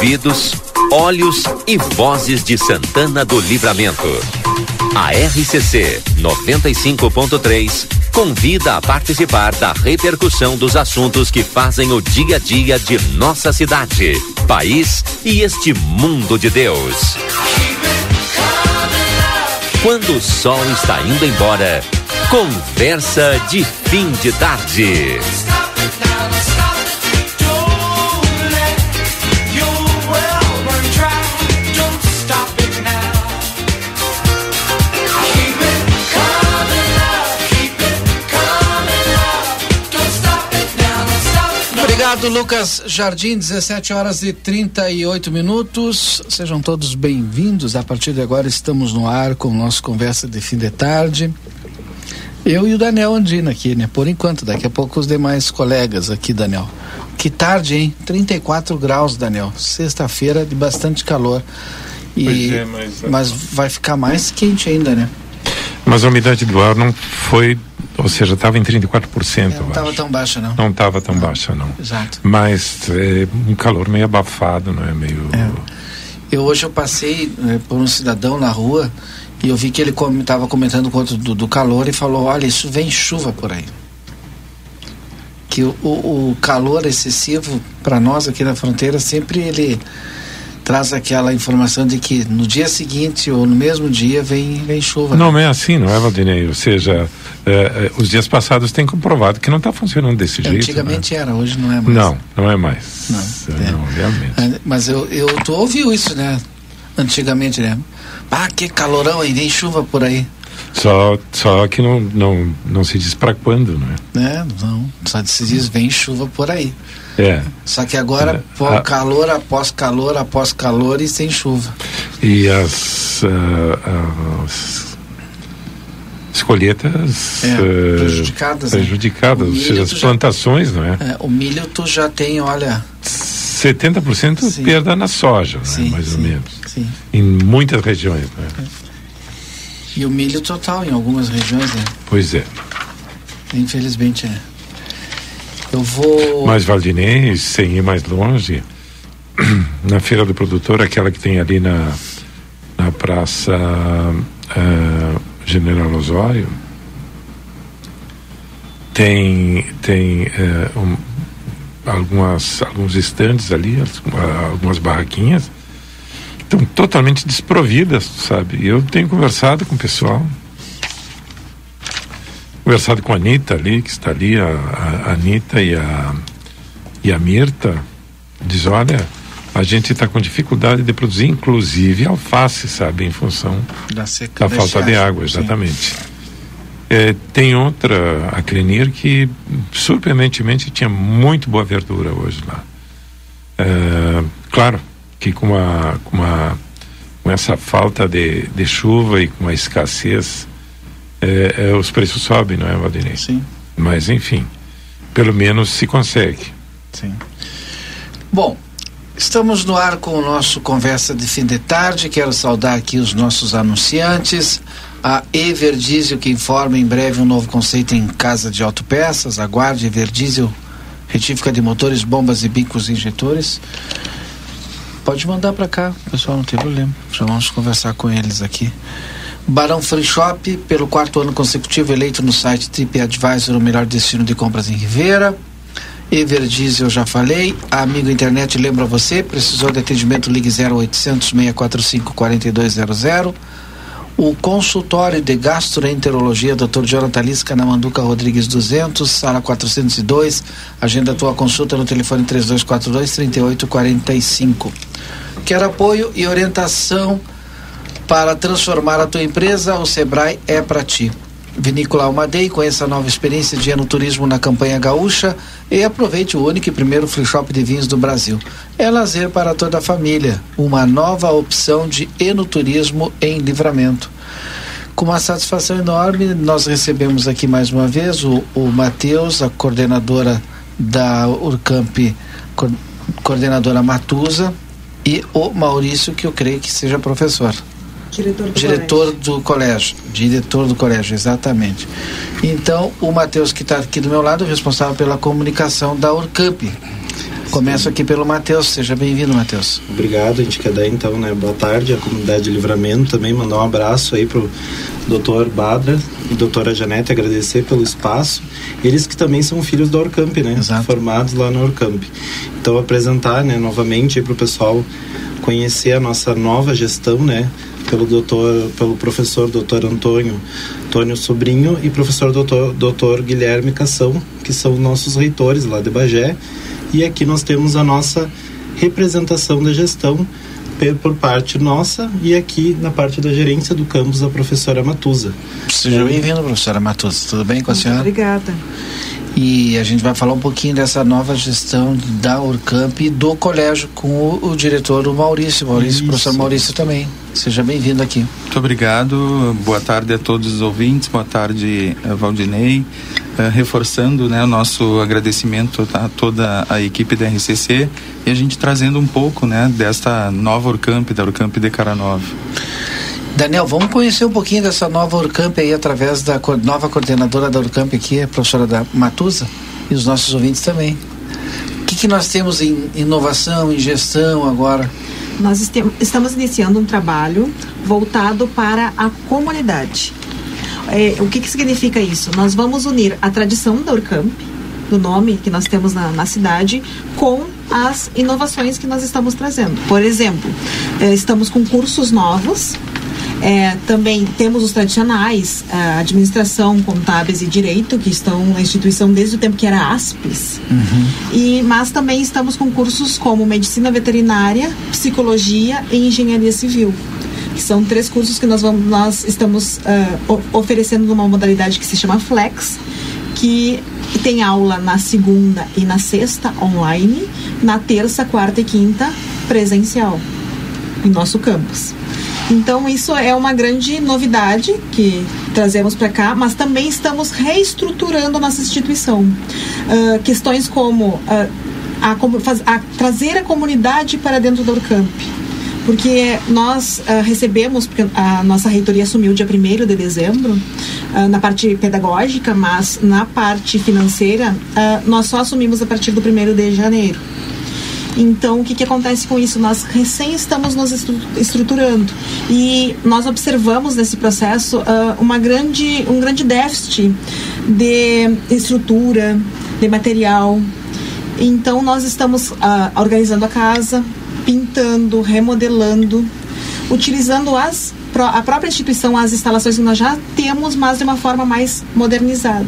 ouvidos, olhos e vozes de Santana do Livramento. A RCC 95.3 convida a participar da repercussão dos assuntos que fazem o dia a dia de nossa cidade, país e este mundo de Deus. Quando o sol está indo embora, conversa de fim de tarde. Obrigado, Lucas Jardim. 17h38. Sejam todos bem-vindos. A partir de agora estamos no ar com o nosso Conversa de Fim de Tarde. Eu e o Daniel Andina aqui, né? Por enquanto, daqui a pouco os demais colegas aqui, Daniel. Que tarde, hein? 34 graus, Daniel. Sexta-feira de bastante calor. Mas vai ficar mais quente ainda, né? Mas a umidade do ar não foi, ou seja, estava em 34%. Não estava tão baixa, não. Não estava tão baixa, não. Exato. Mas um calor meio abafado, não é? Hoje eu passei por um cidadão na rua e eu vi que ele estava comentando quanto do calor e falou: olha, isso vem chuva por aí. Que o calor excessivo para nós aqui na fronteira sempre ele traz aquela informação de que no dia seguinte ou no mesmo dia vem chuva. Não é assim, não é, Valdinei? Ou seja, os dias passados têm comprovado que não está funcionando desse jeito. Antigamente era, hoje não é mais. Não é mais. Não, realmente. Mas tu ouviu isso, né? Antigamente, né? Que calorão aí, vem chuva por aí. Só que não se diz para quando, não é? Não, só se diz vem chuva por aí. Só que agora calor após calor e sem chuva. E as colheitas prejudicadas, ou seja, as plantações, não é? O milho tu já tem, olha, 70% perda na soja, não é? Mais ou menos. Sim. Em muitas regiões, não é? E o milho total em algumas regiões, né? Pois é. Infelizmente é. Eu vou... Mas Valdinei, sem ir mais longe, na Feira do Produtor, aquela que tem ali na Praça General Osório, tem alguns estandes ali, algumas barraquinhas, estão totalmente desprovidas, sabe? E eu tenho conversado com o pessoal, conversado com a Anitta ali, que está ali, a Anitta e a Mirta, diz: olha, a gente está com dificuldade de produzir, inclusive alface, sabe, em função da falta de água, exatamente. Tem outra, a Clenir, que surpreendentemente tinha muito boa verdura hoje lá. Claro que com essa falta de chuva e com a escassez, os preços sobem, não é, Valdinei? Sim. Mas enfim, pelo menos se consegue. Sim. Bom, estamos no ar com o nosso Conversa de Fim de Tarde. Quero saudar aqui os nossos anunciantes. A Everdiesel, que informa em breve um novo conceito em casa de autopeças. Aguarde. Everdiesel, retífica de motores, bombas e bicos injetores. Pode mandar para cá, pessoal, não tem problema. Já vamos conversar com eles aqui. Barão Free Shop, pelo 4º ano consecutivo eleito no site TripAdvisor o melhor destino de compras em Ribeira. Everdiesel, já falei. A Amigo Internet lembra você, precisou de atendimento, ligue 0800 645 4200. O consultório de gastroenterologia Dr. Jonathan Lisca, na Manduca Rodrigues 200, sala 402. Agenda a tua consulta no telefone 3242-3845. Quer apoio e orientação para transformar a tua empresa? O Sebrae é para ti. Vinícola Almadei, conheça a nova experiência de enoturismo na campanha gaúcha e aproveite o único e primeiro free shop de vinhos do Brasil. É lazer para toda a família, uma nova opção de enoturismo em Livramento. Com uma satisfação enorme, nós recebemos aqui mais uma vez o Matheus, a coordenadora da Urcamp, coordenadora Matusa, e o Maurício, que eu creio que seja professor. Diretor do colégio, exatamente. Então, o Matheus, que está aqui do meu lado, responsável pela comunicação da Urcamp. Começo aqui pelo Matheus. Seja bem-vindo, Matheus. Obrigado. A gente quer dar então, né, boa tarde à comunidade de Livramento, também mandar um abraço aí pro Dr. Badra e doutora Janete, agradecer pelo espaço. Eles que também são filhos da Orcamp, né? Exato. Formados lá na Orcamp. Então apresentar, né, novamente aí pro pessoal conhecer a nossa nova gestão, né, pelo professor Dr. Antônio Sobrinho e professor Dr. Guilherme Cação, que são nossos reitores lá de Bagé. E aqui nós temos a nossa representação da gestão por parte nossa, e aqui na parte da gerência do campus a professora Matuza. Seja bem-vindo, professora Matuza. Tudo bem com a senhora? Obrigada. E a gente vai falar um pouquinho dessa nova gestão da Orcamp e do colégio com o diretor, o Maurício, o professor Maurício também. Seja bem-vindo aqui. Muito obrigado, boa tarde a todos os ouvintes, boa tarde, Valdinei. Reforçando, né, o nosso agradecimento a toda a equipe da RCC e a gente trazendo um pouco, né, desta nova Orcamp, da Orcamp de Caranova. Daniel, vamos conhecer um pouquinho dessa nova Orcamp aí através da nova coordenadora da Orcamp aqui, a professora Matuza, e os nossos ouvintes também. O que nós temos em inovação, em gestão agora? Nós estamos iniciando um trabalho voltado para a comunidade. O que significa isso? Nós vamos unir a tradição da Orcamp, do nome que nós temos na cidade, com as inovações que nós estamos trazendo. Por exemplo, estamos com cursos novos. Também temos os tradicionais, administração, contábeis e direito, que estão na instituição desde o tempo que era ASPES. Mas também estamos com cursos como medicina veterinária, psicologia e engenharia civil, que são 3 cursos que nós estamos oferecendo numa modalidade que se chama Flex, que tem aula na segunda e na sexta online, na terça, quarta e quinta presencial em nosso campus. Então isso é uma grande novidade que trazemos para cá, mas também estamos reestruturando a nossa instituição. Questões como trazer a comunidade para dentro da Orcamp. Porque nós recebemos, porque a nossa reitoria assumiu dia 1º de dezembro, na parte pedagógica, mas na parte financeira, nós só assumimos a partir do 1º de janeiro. Então, o que acontece com isso? Nós recém estamos nos estruturando e nós observamos nesse processo um grande déficit de estrutura, de material. Então, nós estamos organizando a casa, pintando, remodelando, utilizando a própria instituição, as instalações que nós já temos, mas de uma forma mais modernizada.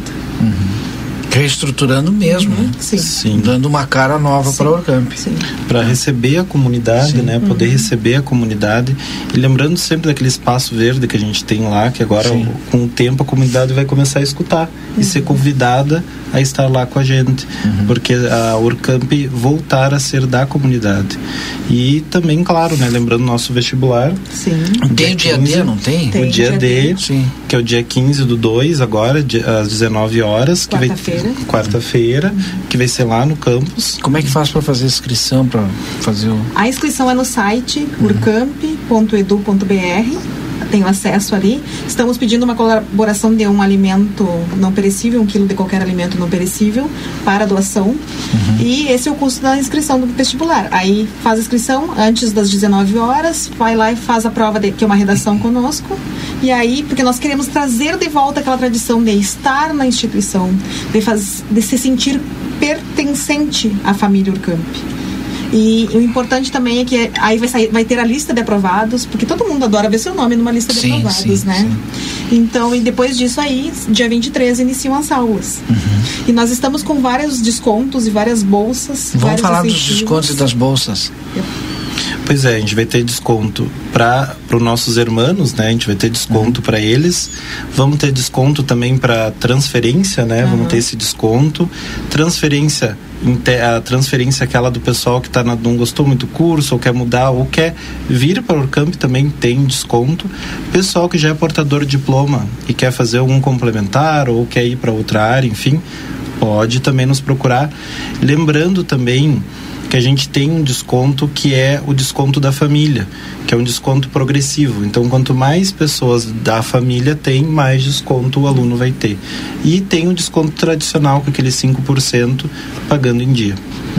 Reestruturando mesmo, né? Sim. Dando uma cara nova para a Orcamp. Para receber a comunidade, né? Poder receber a comunidade. E lembrando sempre daquele espaço verde que a gente tem lá, que agora, com o tempo, a comunidade vai começar a escutar e ser convidada a estar lá com a gente. Porque a Orcamp voltar a ser da comunidade. E também, claro, né? Lembrando o nosso vestibular. Sim. Tem o dia D, não tem? O dia D, que é o dia 15/2, agora, às 19 horas. Quarta-feira, que vai ser lá no campus. Como é que faz para fazer a inscrição, para fazer A inscrição é no site urcamp.edu.br, tem o acesso ali. Estamos pedindo uma colaboração de um alimento não perecível, 1 quilo de qualquer alimento não perecível, para doação. E esse é o custo da inscrição do vestibular. Aí faz a inscrição antes das 19 horas, vai lá e faz a prova, que é uma redação conosco. E aí, porque nós queremos trazer de volta aquela tradição de estar na instituição, de se sentir pertencente à família Orcamp. E o importante também é que aí vai ter a lista de aprovados, porque todo mundo adora ver seu nome numa lista de aprovados, né? Então, e depois disso aí, dia 23, iniciam as aulas. E nós estamos com vários descontos e várias bolsas. Vamos falar dos descontos e das bolsas. Pois é, a gente vai ter desconto para os nossos irmãos, né? A gente vai ter desconto para eles. Vamos ter desconto também para transferência, né? Vamos ter esse desconto. A transferência aquela do pessoal que não gostou muito do curso, ou quer mudar, ou quer vir para o Orcamp, também tem desconto. Pessoal que já é portador de diploma e quer fazer algum complementar, ou quer ir para outra área, enfim, pode também nos procurar. Lembrando também porque a gente tem um desconto que é o desconto da família, que é um desconto progressivo. Então, quanto mais pessoas da família tem, mais desconto o aluno vai ter. E tem um desconto tradicional, com aquele 5% pagando em dia.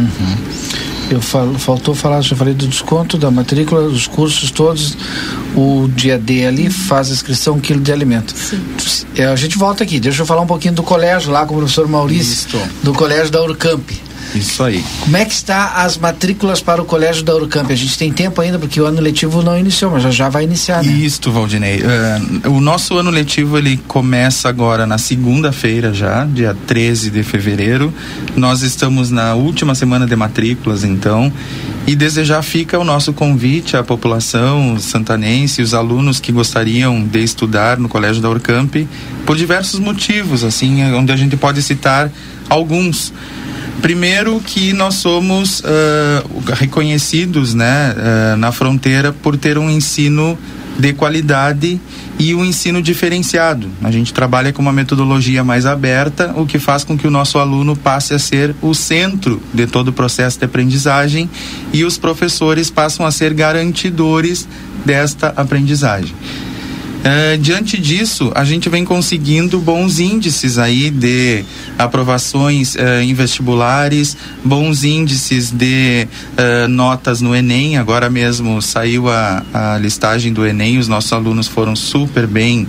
Faltou falar, já falei do desconto da matrícula, dos cursos todos, o dia D ali faz a inscrição, 1 quilo de alimento. A gente volta aqui, deixa eu falar um pouquinho do colégio lá com o professor Maurício, do colégio da Urcamp. Isso aí. Como é que está as matrículas para o colégio da Urcamp? A gente tem tempo ainda, porque o ano letivo não iniciou, mas já vai iniciar, né? Isso, Valdinei. O nosso ano letivo, ele começa agora na segunda-feira já, dia 13 de fevereiro. Nós estamos na última semana de matrículas, então, e desejar fica o nosso convite à população santanense, os alunos que gostariam de estudar no colégio da Urcamp, por diversos motivos, assim, onde a gente pode citar alguns. Primeiro, que nós somos reconhecidos, né, na fronteira por ter um ensino de qualidade e um ensino diferenciado. A gente trabalha com uma metodologia mais aberta, o que faz com que o nosso aluno passe a ser o centro de todo o processo de aprendizagem e os professores passam a ser garantidores desta aprendizagem. Diante disso, a gente vem conseguindo bons índices aí de aprovações em vestibulares, bons índices de notas no Enem. Agora mesmo saiu a listagem do Enem, os nossos alunos foram super bem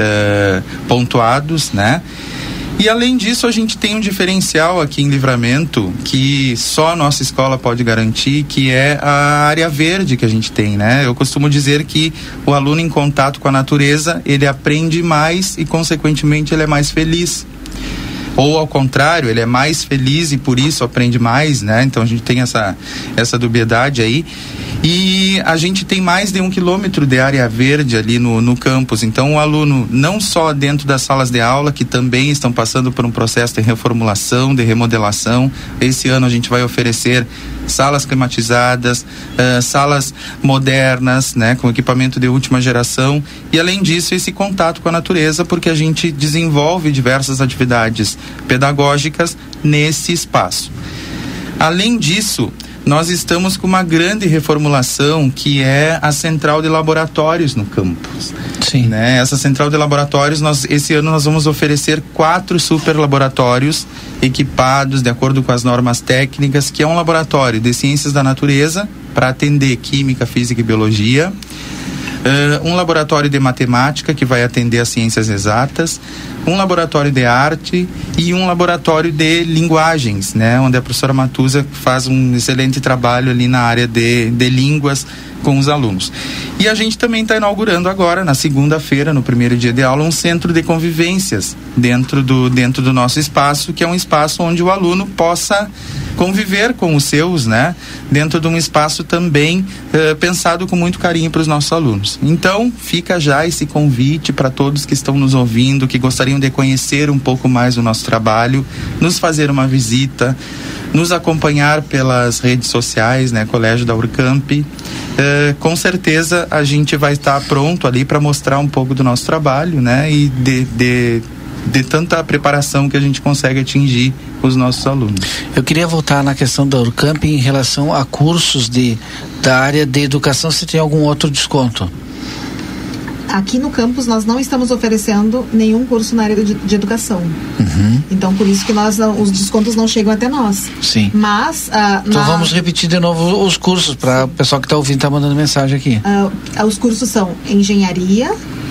pontuados, né? E além disso, a gente tem um diferencial aqui em Livramento que só a nossa escola pode garantir, que é a área verde que a gente tem, né? Eu costumo dizer que o aluno em contato com a natureza, ele aprende mais e consequentemente ele é mais feliz. Ou ao contrário, ele é mais feliz e por isso aprende mais, né? Então a gente tem essa dubiedade aí. E a gente tem mais de 1 quilômetro de área verde ali no campus. Então o aluno, não só dentro das salas de aula, que também estão passando por um processo de reformulação, de remodelação. Esse ano a gente vai oferecer salas climatizadas, salas modernas, né, com equipamento de última geração. E além disso, esse contato com a natureza, porque a gente desenvolve diversas atividades pedagógicas nesse espaço. Além disso, nós estamos com uma grande reformulação, que é a central de laboratórios no campus. Sim. Né? Essa central de laboratórios, esse ano nós vamos oferecer 4 super laboratórios equipados de acordo com as normas técnicas, que é um laboratório de ciências da natureza para atender química, física e biologia. Um laboratório de matemática que vai atender as ciências exatas, um laboratório de arte e um laboratório de linguagens, né, onde a professora Matusa faz um excelente trabalho ali na área de línguas com os alunos. E a gente também está inaugurando agora, na segunda-feira, no primeiro dia de aula, um centro de convivências dentro do nosso espaço, que é um espaço onde o aluno possa conviver com os seus, né, dentro de um espaço também pensado com muito carinho para os nossos alunos. Então, fica já esse convite para todos que estão nos ouvindo, que gostariam de conhecer um pouco mais do nosso trabalho, nos fazer uma visita, nos acompanhar pelas redes sociais, né, Colégio da Urcamp. Com certeza a gente vai estar pronto ali para mostrar um pouco do nosso trabalho, né, e de tanta preparação que a gente consegue atingir os nossos alunos. Eu queria voltar na questão da Urcamp em relação a cursos da área de educação, se tem algum outro desconto. Aqui no campus nós não estamos oferecendo nenhum curso na área de educação. Então por isso que os descontos não chegam até nós. Sim. Mas então vamos repetir de novo os cursos para o pessoal que está ouvindo, está mandando mensagem aqui. Os cursos são engenharia,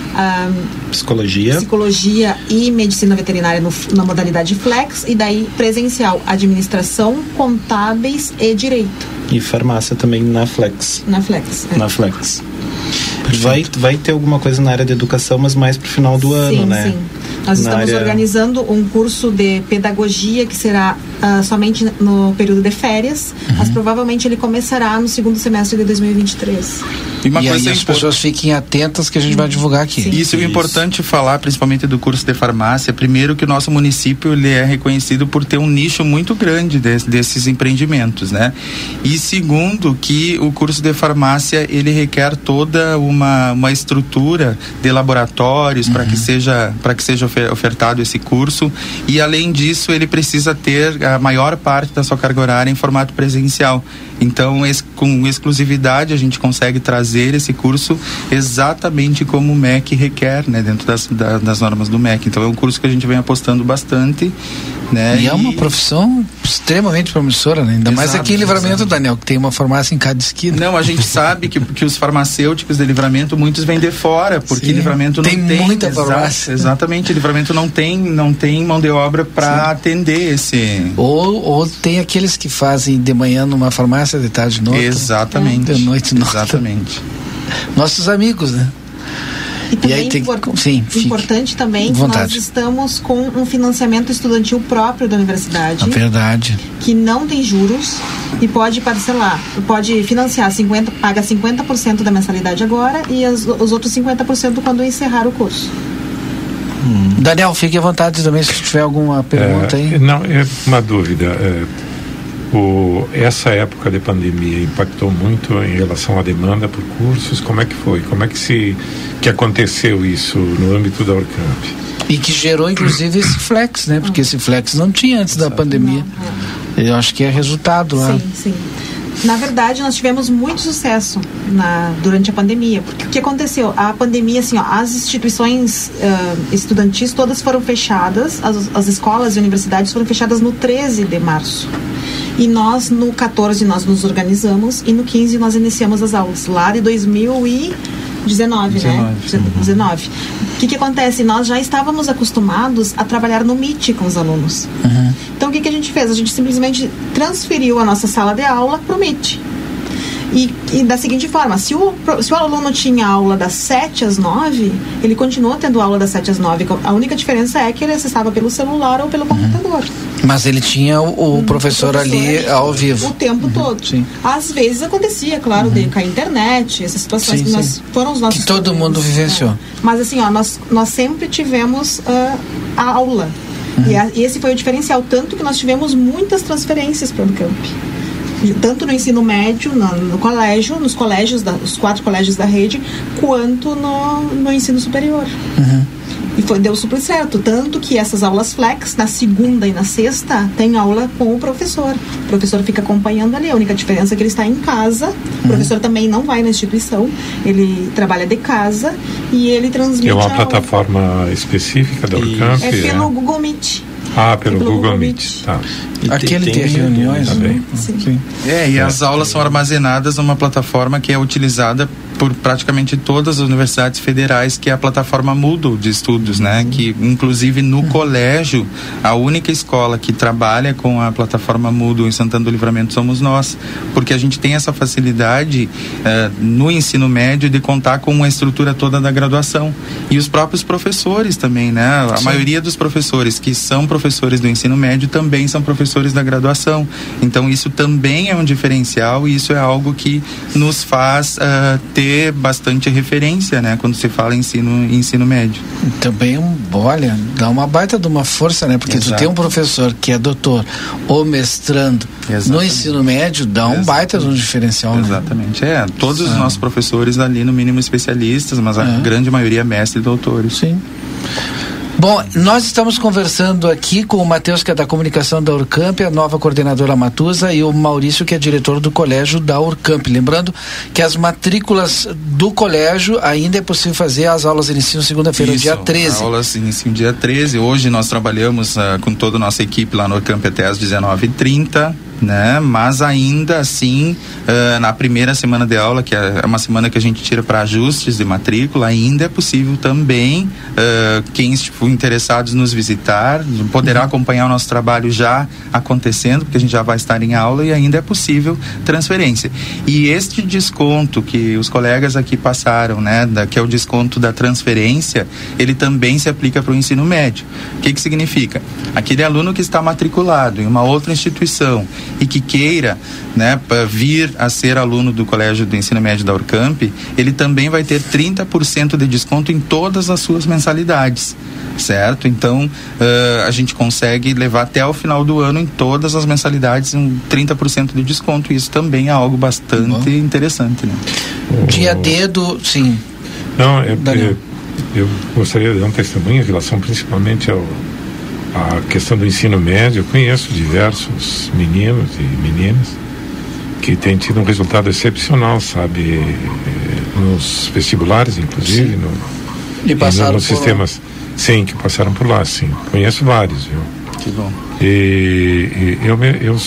psicologia e medicina veterinária na modalidade flex, e daí presencial, administração, contábeis e direito. E farmácia também na flex. Na flex. Na flex. Vai ter alguma coisa na área de educação, mas mais pro final do ano, né? Sim. Nós estamos organizando um curso de pedagogia que será somente no período de férias, mas provavelmente ele começará no segundo semestre de 2023. E aí as pessoas fiquem atentas que a gente vai divulgar aqui. Sim. Isso é importante falar, principalmente do curso de farmácia. Primeiro, que o nosso município ele é reconhecido por ter um nicho muito grande desses empreendimentos, né? E segundo, que o curso de farmácia ele requer toda uma estrutura de laboratórios para que seja ofertado esse curso, e além disso ele precisa ter a maior parte da sua carga horária em formato presencial. Então, com exclusividade a gente consegue trazer esse curso exatamente como o MEC requer, né, dentro das normas do MEC. Então é um curso que a gente vem apostando bastante, né? E é uma profissão extremamente promissora, né? Ainda mais aqui em Livramento, Daniel, que tem uma farmácia em cada esquina. Não, a gente sabe que os farmacêuticos de Livramento, muitos vêm de fora, porque Livramento não tem muita farmácia. Exatamente, Livramento não tem mão de obra para atender esse... Ou tem aqueles que fazem de manhã numa farmácia, de tarde noutra. Exatamente. De noite noutra. Exatamente. Nossos amigos, né? E também importante também que nós estamos com um financiamento estudantil próprio da universidade. É verdade. Que não tem juros e pode parcelar, pode financiar paga 50% da mensalidade agora e os outros 50% quando encerrar o curso. Daniel, fique à vontade também se tiver alguma pergunta aí. Não, é uma dúvida. Essa época de pandemia impactou muito em relação à demanda por cursos? Como é que foi? Como é que aconteceu isso no âmbito da Urcamp? E que gerou inclusive esse flex, né? Porque esse flex não tinha antes da pandemia. Eu acho que é resultado lá. Sim. Na verdade, nós tivemos muito sucesso durante a pandemia, porque o que aconteceu? A pandemia, assim, as instituições estudantis todas foram fechadas, as escolas e universidades foram fechadas no 13 de março. E nós, no 14, nós nos organizamos e no 15 nós iniciamos as aulas, lá de 2019, né? 19. O que acontece? Nós já estávamos acostumados a trabalhar no Meet com os alunos. Então, o que a gente fez? A gente simplesmente transferiu a nossa sala de aula para o Meet. E da seguinte forma, se o aluno tinha aula das 7 às 9, ele continua tendo aula das 7 às 9. A única diferença é que ele acessava pelo celular ou pelo computador. Mas ele tinha o professor ali ao vivo. O tempo todo. Sim. Às vezes acontecia, claro, de cair internet, essas situações foram os nossos... Que todo mundo vivenciou. Mas assim, nós sempre tivemos a aula. E esse foi o diferencial, tanto que nós tivemos muitas transferências para o Unicamp. Tanto no ensino médio, no colégio, nos colégios, os 4 colégios da rede, quanto no ensino superior. E deu super certo, tanto que essas aulas flex, na segunda e na sexta, tem aula com o professor. O professor fica acompanhando ali, a única diferença é que ele está em casa, o professor também não vai na instituição, ele trabalha de casa e ele transmite. É uma plataforma específica da Urcamp? É pelo Google Meet. Pelo Google Meet. Tá. Aquele tem reuniões também. Sim. E as aulas são armazenadas numa plataforma que é utilizada por praticamente todas as universidades federais, que é a plataforma Moodle de estudos, né? Que inclusive no colégio, a única escola que trabalha com a plataforma Moodle em Santana do Livramento somos nós, porque a gente tem essa facilidade no ensino médio de contar com uma estrutura toda da graduação. E os próprios professores também, né? A maioria dos professores que são professores do ensino médio também são professores da graduação. Então isso também é um diferencial e isso é algo que nos faz ter bastante referência, né, quando se fala em ensino médio. Também, olha, dá uma baita de uma força, né, porque tu tem um professor que é doutor ou mestrando no ensino médio, dá um baita de um diferencial. Exatamente, todos os nossos professores ali, no mínimo especialistas, mas a grande maioria mestre e doutores. Sim. Bom, nós estamos conversando aqui com o Matheus, que é da comunicação da Urcamp, a nova coordenadora Matusa, e o Maurício, que é diretor do colégio da Urcamp. Lembrando que as matrículas do colégio ainda é possível fazer as aulas iniciam segunda-feira, dia 13. As aulas iniciam dia 13. Hoje nós trabalhamos com toda a nossa equipe lá no Urcamp até às 19h30. Né? Mas ainda assim, na primeira semana de aula, que é uma semana que a gente tira para ajustes de matrícula, ainda é possível também quem estiver interessados nos visitar, poderá acompanhar o nosso trabalho já acontecendo, porque a gente já vai estar em aula e ainda é possível transferência. E este desconto que os colegas aqui passaram, né, que é o desconto da transferência, ele também se aplica para o ensino médio. O que significa? Aquele aluno que está matriculado em uma outra instituição e que queira, né, vir a ser aluno do Colégio do Ensino Médio da Urcamp, ele também vai ter 30% de desconto em todas as suas mensalidades, certo? Então, a gente consegue levar até o final do ano em todas as mensalidades um 30% de desconto, e isso também é algo bastante interessante, né? Dia D do... Sim. Não, eu gostaria de dar um testemunho em relação principalmente à questão do ensino médio. Eu conheço diversos meninos e meninas que têm tido um resultado excepcional, sabe, nos vestibulares, inclusive, nos sistemas, sim, que passaram por lá, sim. Conheço vários, viu? Que bom. E eu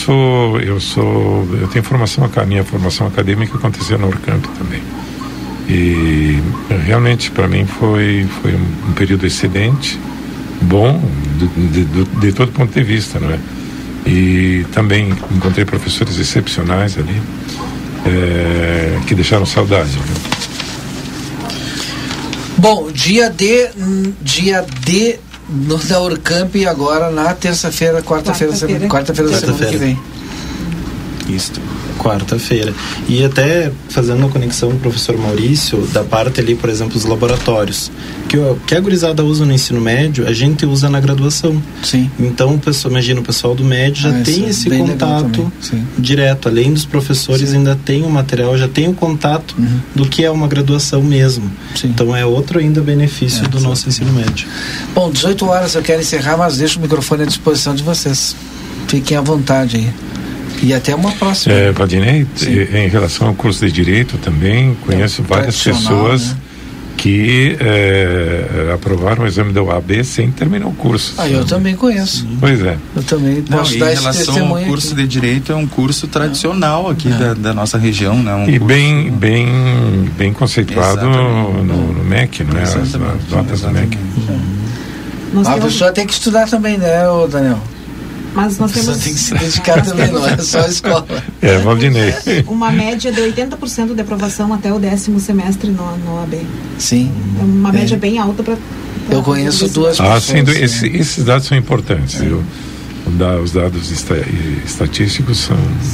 tenho minha formação acadêmica aconteceu na Urcamp também. E realmente para mim foi um período excelente, bom de todo ponto de vista, não é? E também encontrei professores excepcionais ali, que deixaram saudade, né? Bom, dia D da Urcamp agora na terça-feira, quarta-feira da semana que vem. Isso, quarta-feira. E até fazendo a conexão com o professor Maurício, da parte ali, por exemplo, os laboratórios, que a gurizada usa no ensino médio, a gente usa na graduação. Sim. Então, imagina, o pessoal do médio já tem esse contato direto, além dos professores, ainda tem o material, já tem o contato do que é uma graduação mesmo. Sim. Então é outro ainda benefício do nosso ensino médio. Bom, 18 horas eu quero encerrar, mas deixo o microfone à disposição de vocês. Fiquem à vontade aí. E até uma próxima. Valdinei, em relação ao curso de Direito também, conheço várias pessoas, né, que aprovaram o exame da OAB sem terminar o curso. Eu também conheço. Pois é. Eu também posso dar esse testemunho. Em relação ao curso de Direito, é um curso tradicional aqui da nossa região, né? E bem conceituado no MEC, não é? As notas do MEC. A pessoa tem que estudar também, né, Daniel? Mas nós temos... tem que se dedicar também, não é só a escola. Valdinei. Uma média de 80% de aprovação até o 10º semestre no OAB. Sim. É uma média bem alta para... Eu conheço duas pessoas. Esses dados são importantes, viu? Os dados estatísticos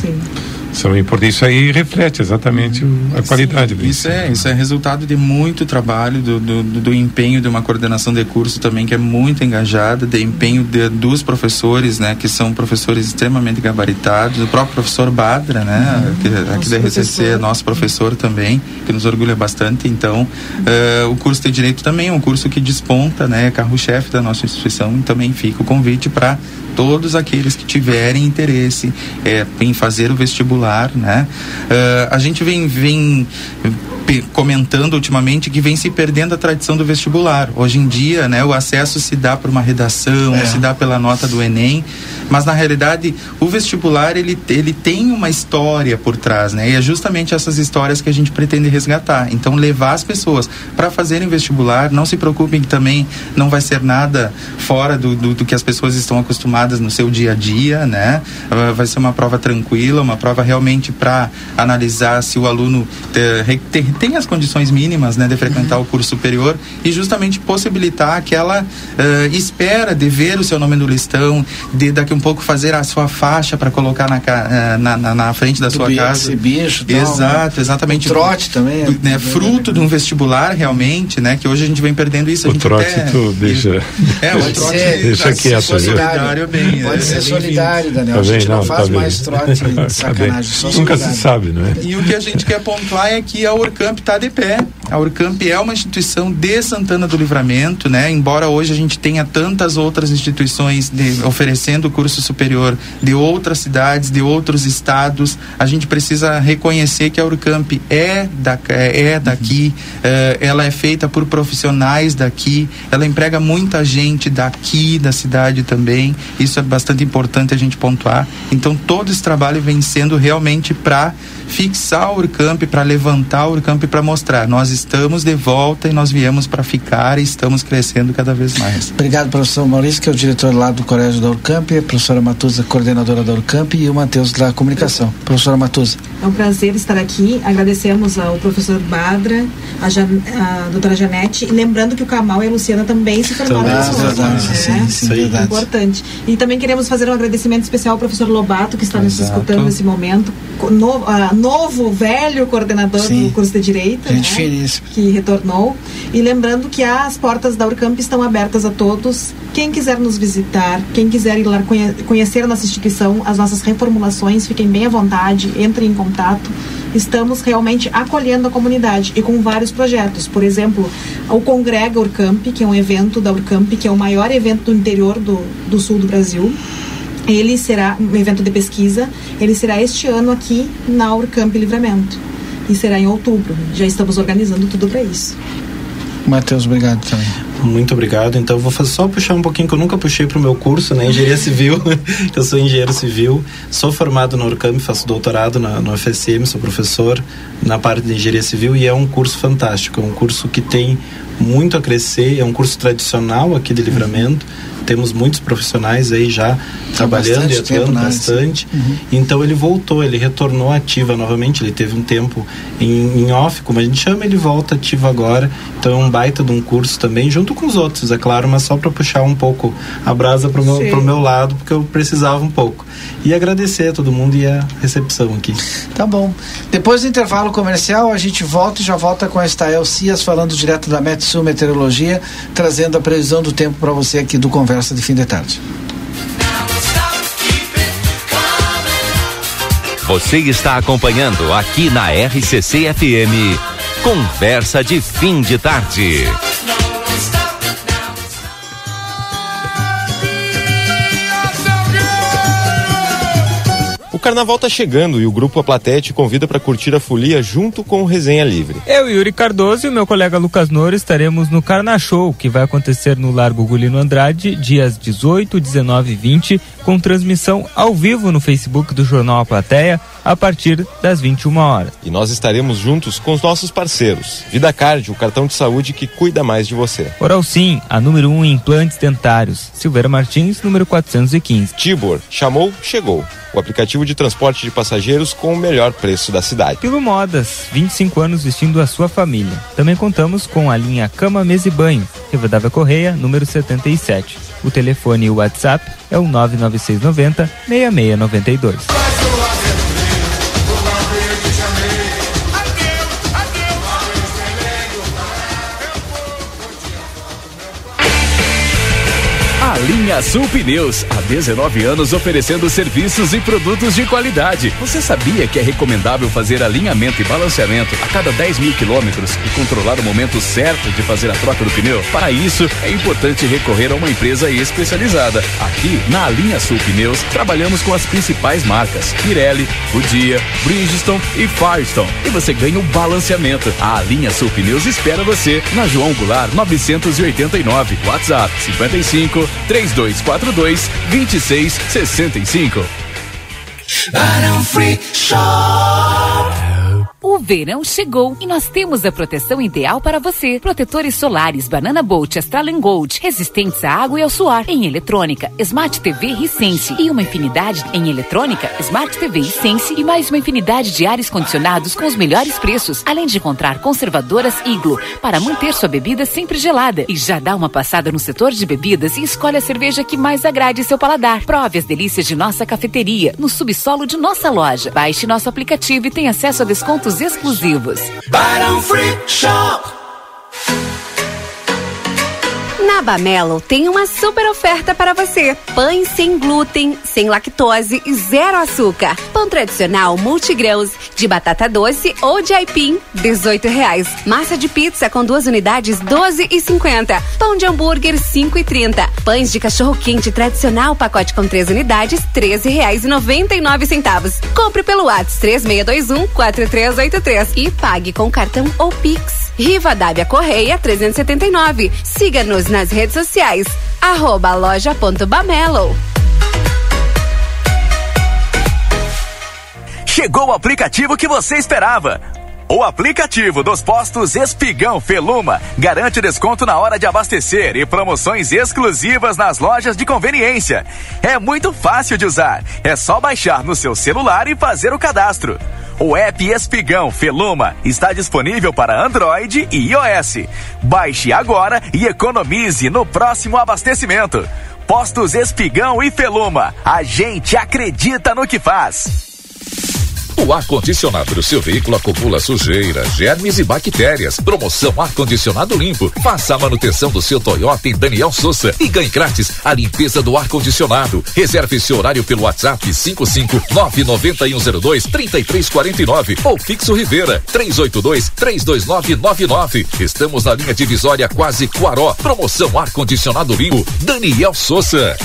são importantes. Isso aí reflete exatamente a qualidade do ensino. Isso é resultado de muito trabalho, do empenho de uma coordenação de curso também, que é muito engajada, de empenho dos professores, né, que são professores extremamente gabaritados, o próprio professor Badra, né, aqui da RCC, é nosso professor também, que nos orgulha bastante. Então, o curso de Direito também é um curso que desponta, né, é carro-chefe da nossa instituição, e também fica o convite para todos aqueles que tiverem interesse em fazer o vestibular, né? A gente vem comentando ultimamente que vem se perdendo a tradição do vestibular. Hoje em dia, né, o acesso se dá por uma redação, se dá pela nota do Enem, mas na realidade o vestibular ele tem uma história por trás, né? E é justamente essas histórias que a gente pretende resgatar. Então, levar as pessoas para fazerem vestibular, não se preocupem que também não vai ser nada fora do que as pessoas estão acostumadas no seu dia a dia, né? Vai ser uma prova tranquila, uma prova realmente para analisar se o aluno tem as condições mínimas, né, de frequentar o curso superior, e justamente possibilitar aquela espera de ver o seu nome no listão, de daqui um pouco fazer a sua faixa para colocar na frente da sua casa. Esse bicho, exato, exatamente. O trote também. Né, fruto de um vestibular realmente, né, que hoje a gente vem perdendo isso. O trote tu deixa... deixa quieto. Solidário, pode ser solidário, Daniel. A gente não faz mais trote de sacanagem. Nunca se sabe, não é? E o que a gente quer pontuar é que a Urcamp está de pé. A Urcamp é uma instituição de Santana do Livramento, né? Embora hoje a gente tenha tantas outras instituições oferecendo curso superior de outras cidades, de outros estados, a gente precisa reconhecer que a Urcamp é daqui, ela é feita por profissionais daqui, ela emprega muita gente daqui, da cidade também. Isso é bastante importante a gente pontuar. Então, todo esse trabalho vem sendo realmente para fixar a Urcamp, para levantar a Urcamp, para mostrar. Nós estamos de volta e nós viemos para ficar e estamos crescendo cada vez mais. Obrigado, professor Maurício, que é o diretor lá do Colégio da Urcamp, a professora Matuza, coordenadora da Urcamp, e o Matheus da comunicação. Professora Matuza. É um prazer estar aqui. Agradecemos ao professor Badra, a doutora Janete, e lembrando que o Kamal e a Luciana também se formaram verdade. Importante. E também queremos fazer um agradecimento especial ao professor Lobato, que está nos escutando nesse momento, velho coordenador do curso de Direito, que retornou. E lembrando que as portas da Urcamp estão abertas a todos. Quem quiser nos visitar, quem quiser ir lá conhecer a nossa instituição, as nossas reformulações, fiquem bem à vontade, entrem em contato. Estamos realmente acolhendo a comunidade e com vários projetos. Por exemplo, o Congrega Urcamp, que é um evento da Urcamp, que é o maior evento do interior do sul do Brasil. Ele será um evento de pesquisa, ele será este ano aqui na Urcamp Livramento. E será em outubro. Já estamos organizando tudo para isso. Matheus, obrigado também. Muito obrigado. Então, eu vou só puxar um pouquinho, que eu nunca puxei para o meu curso, né? Engenharia Civil. Eu sou engenheiro civil, sou formado na Urcamp, faço doutorado no FSM, sou professor na parte de engenharia civil, e é um curso fantástico. É um curso que tem muito a crescer, é um curso tradicional aqui de Livramento. Temos muitos profissionais aí já trabalhando e atuando bastante. Então ele voltou, ele retornou ativa novamente. Ele teve um tempo em off, como a gente chama, ele volta ativo agora. Então é um baita de um curso também, junto com os outros, é claro, mas só para puxar um pouco a brasa pro meu lado, porque eu precisava um pouco. E agradecer a todo mundo e a recepção aqui. Tá bom. Depois do intervalo comercial, a gente volta e já volta com a Estael Cias, falando direto da Metsul Meteorologia, trazendo a previsão do tempo para você aqui do Conversa de Fim de Tarde. Você está acompanhando aqui na RCC FM, Conversa de Fim de Tarde. O carnaval tá chegando e o Grupo A Plateia te convida para curtir a folia junto com o Resenha Livre. Eu, Yuri Cardoso, e o meu colega Lucas Noro estaremos no Carna Show, que vai acontecer no Largo Gulino Andrade, dias 18, 19 e 20, com transmissão ao vivo no Facebook do Jornal A Plateia, a partir das 21 horas. E nós estaremos juntos com os nossos parceiros. VidaCard, o cartão de saúde que cuida mais de você. Oral Sim, a número 1 em implantes dentários. Silveira Martins, número 415. Tibor, chamou, chegou. O aplicativo de transporte de passageiros com o melhor preço da cidade. Pilo Modas, 25 anos vestindo a sua família. Também contamos com a linha Cama, Mesa e Banho, Rivadavia Correia, número 77. O telefone e o WhatsApp é o 99690 6692. A linha Sul Pneus, há 19 anos oferecendo serviços e produtos de qualidade. Você sabia que é recomendável fazer alinhamento e balanceamento a cada 10 mil quilômetros e controlar o momento certo de fazer a troca do pneu? Para isso, é importante recorrer a uma empresa especializada. Aqui, na linha Sul Pneus, trabalhamos com as principais marcas: Pirelli, Goodyear, Bridgestone e Firestone. E você ganha o balanceamento. A linha Sul Pneus espera você na João Goulart 989. WhatsApp 55 3242 2665. Barão Free Shop. O verão chegou e nós temos a proteção ideal para você. Protetores solares Banana Bolt Astral Gold, resistentes à água e ao suor. Em eletrônica, Smart TV Hisense. E uma infinidade em eletrônica, Smart TV Hisense. E mais uma infinidade de ares condicionados com os melhores preços. Além de encontrar conservadoras Iglo, para manter sua bebida sempre gelada. E já dá uma passada no setor de bebidas e escolhe a cerveja que mais agrade seu paladar. Prove as delícias de nossa cafeteria, no subsolo de nossa loja. Baixe nosso aplicativo e tenha acesso a descontos exclusivos. Barão Free Shop. Na Bamelo tem uma super oferta para você. Pães sem glúten, sem lactose e zero açúcar. Pão tradicional multigrãos, de batata doce ou de aipim, R$18. Massa de pizza com 2 unidades, R$12,50. Pão de hambúrguer, R$5,30. Pães de cachorro quente tradicional, pacote com 3 unidades, R$13,99. Compre pelo WhatsApp 3621-4383 e pague com cartão ou Pix. Rivadavia Correia 379. Siga-nos nas redes sociais, @loja.bamelo. Chegou o aplicativo que você esperava. O aplicativo dos postos Espigão Feluma garante desconto na hora de abastecer e promoções exclusivas nas lojas de conveniência. É muito fácil de usar. É só baixar no seu celular e fazer o cadastro. O app Espigão Feluma está disponível para Android e iOS. Baixe agora e economize no próximo abastecimento. Postos Espigão e Feluma. A gente acredita no que faz. O ar-condicionado do seu veículo acumula sujeira, germes e bactérias. Promoção ar-condicionado limpo. Faça a manutenção do seu Toyota em Daniel Souza e ganhe grátis a limpeza do ar-condicionado. Reserve seu horário pelo WhatsApp 55991023349 ou fixo Rivera 382-32999. Estamos na linha divisória Quase Cuaró. Promoção ar-condicionado limpo Daniel Souza.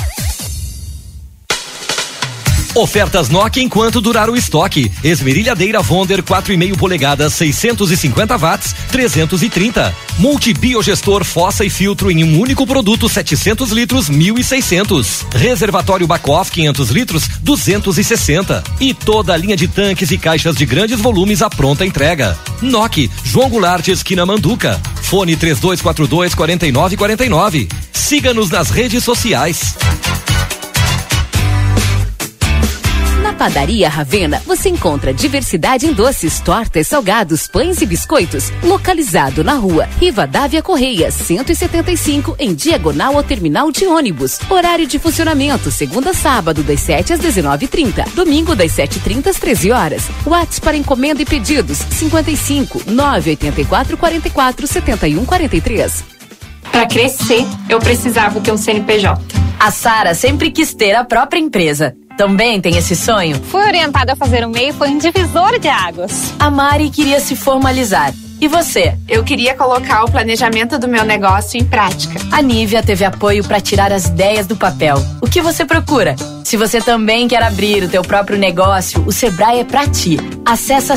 Ofertas Nokia enquanto durar o estoque. Esmerilhadeira Wonder 4,5 polegadas, 650 watts, 330. Multibiogestor fossa e filtro em um único produto, 700 litros, 1.600. Reservatório Bacoff 500 litros, 260. E toda a linha de tanques e caixas de grandes volumes à pronta entrega. Nokia, João Goulart, esquina Manduca. Fone 3242-4949. Siga-nos nas redes sociais. Na Padaria Ravena, você encontra diversidade em doces, tortas, salgados, pães e biscoitos. Localizado na rua Rivadavia Correia, 175, em diagonal ao terminal de ônibus. Horário de funcionamento, segunda a sábado, das 7 às 19h30. Domingo, das 7h30 às 13 horas. WhatsApp para encomenda e pedidos, 55 984 44 71 43. Para crescer, eu precisava ter um CNPJ. A Sara sempre quis ter a própria empresa. Também tem esse sonho? Fui orientada a fazer o MEI, foi um divisor de águas. A Mari queria se formalizar. E você? Eu queria colocar o planejamento do meu negócio em prática. A Nívia teve apoio para tirar as ideias do papel. O que você procura? Se você também quer abrir o teu próprio negócio, o Sebrae é pra ti. Acesse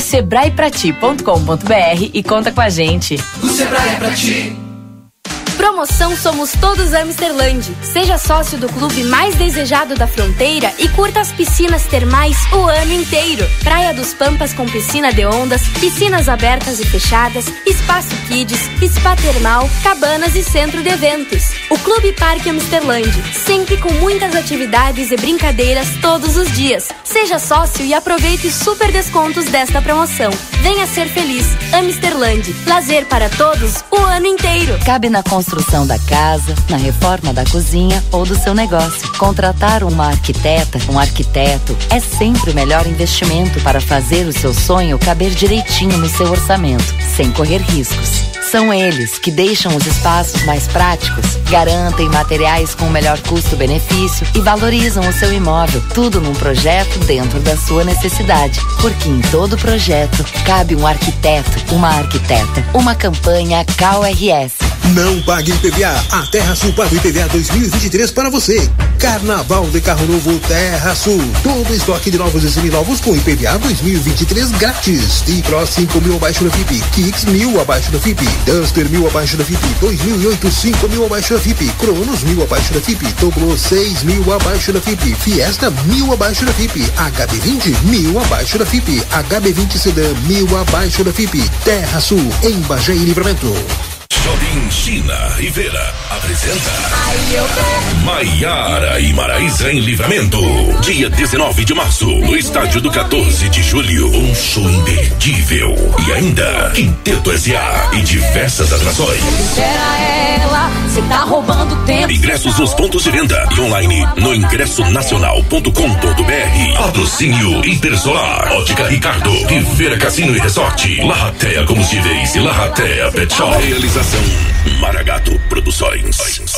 sebraeprati.com.br e conta com a gente. O Sebrae é pra ti. Promoção Somos Todos Amsterland. Seja sócio do clube mais desejado da fronteira e curta as piscinas termais o ano inteiro. Praia dos Pampas com piscina de ondas, piscinas abertas e fechadas, espaço kids, spa termal, cabanas e centro de eventos. O Clube Parque Amsterland, sempre com muitas atividades e brincadeiras todos os dias. Seja sócio e aproveite super descontos desta promoção. Venha ser feliz. Amsterland, lazer para todos o ano inteiro. Cabe na construção da casa, na reforma da cozinha ou do seu negócio. Contratar uma arquiteta, um arquiteto é sempre o melhor investimento para fazer o seu sonho caber direitinho no seu orçamento, sem correr riscos. São eles que deixam os espaços mais práticos, garantem materiais com o melhor custo-benefício e valorizam o seu imóvel. Tudo num projeto dentro da sua necessidade. Porque em todo projeto cabe um arquiteto, uma arquiteta. Uma campanha CalRS. Não pague IPVA. A Terra Sul paga o IPVA 2023 para você. Carnaval de carro novo Terra Sul. Todo estoque de novos e seminovos com IPVA 2023 grátis. T-Cross 5.000 abaixo da FIP. Kicks 1.000 abaixo da FIP. Duster 1.000 abaixo da FIP. 2008 5.000 abaixo da FIP. Cronos 1.000 abaixo da FIP. Toblo 6.000 abaixo da FIP. Fiesta 1.000 abaixo da FIP. HB20 1.000 abaixo da FIP. HB20 Sedan 1.000 abaixo da FIP. Terra Sul em Bagé e Livramento. Shopping China Rivera apresenta Maiara e Maraísa em Livramento. Dia 19 de março, no estádio do 14 de julho. Um show imperdível. E ainda, Quinteto S.A. e diversas atrações. Espera ela, cê tá roubando tempo. Ingressos nos pontos de venda e online no ingressonacional.com.br. Patrocínio Intersolar, Ótica Ricardo, Rivera Cassino e Resort, Larratea Combustíveis e Larratea Pet Shop. Realização Maragato Produções.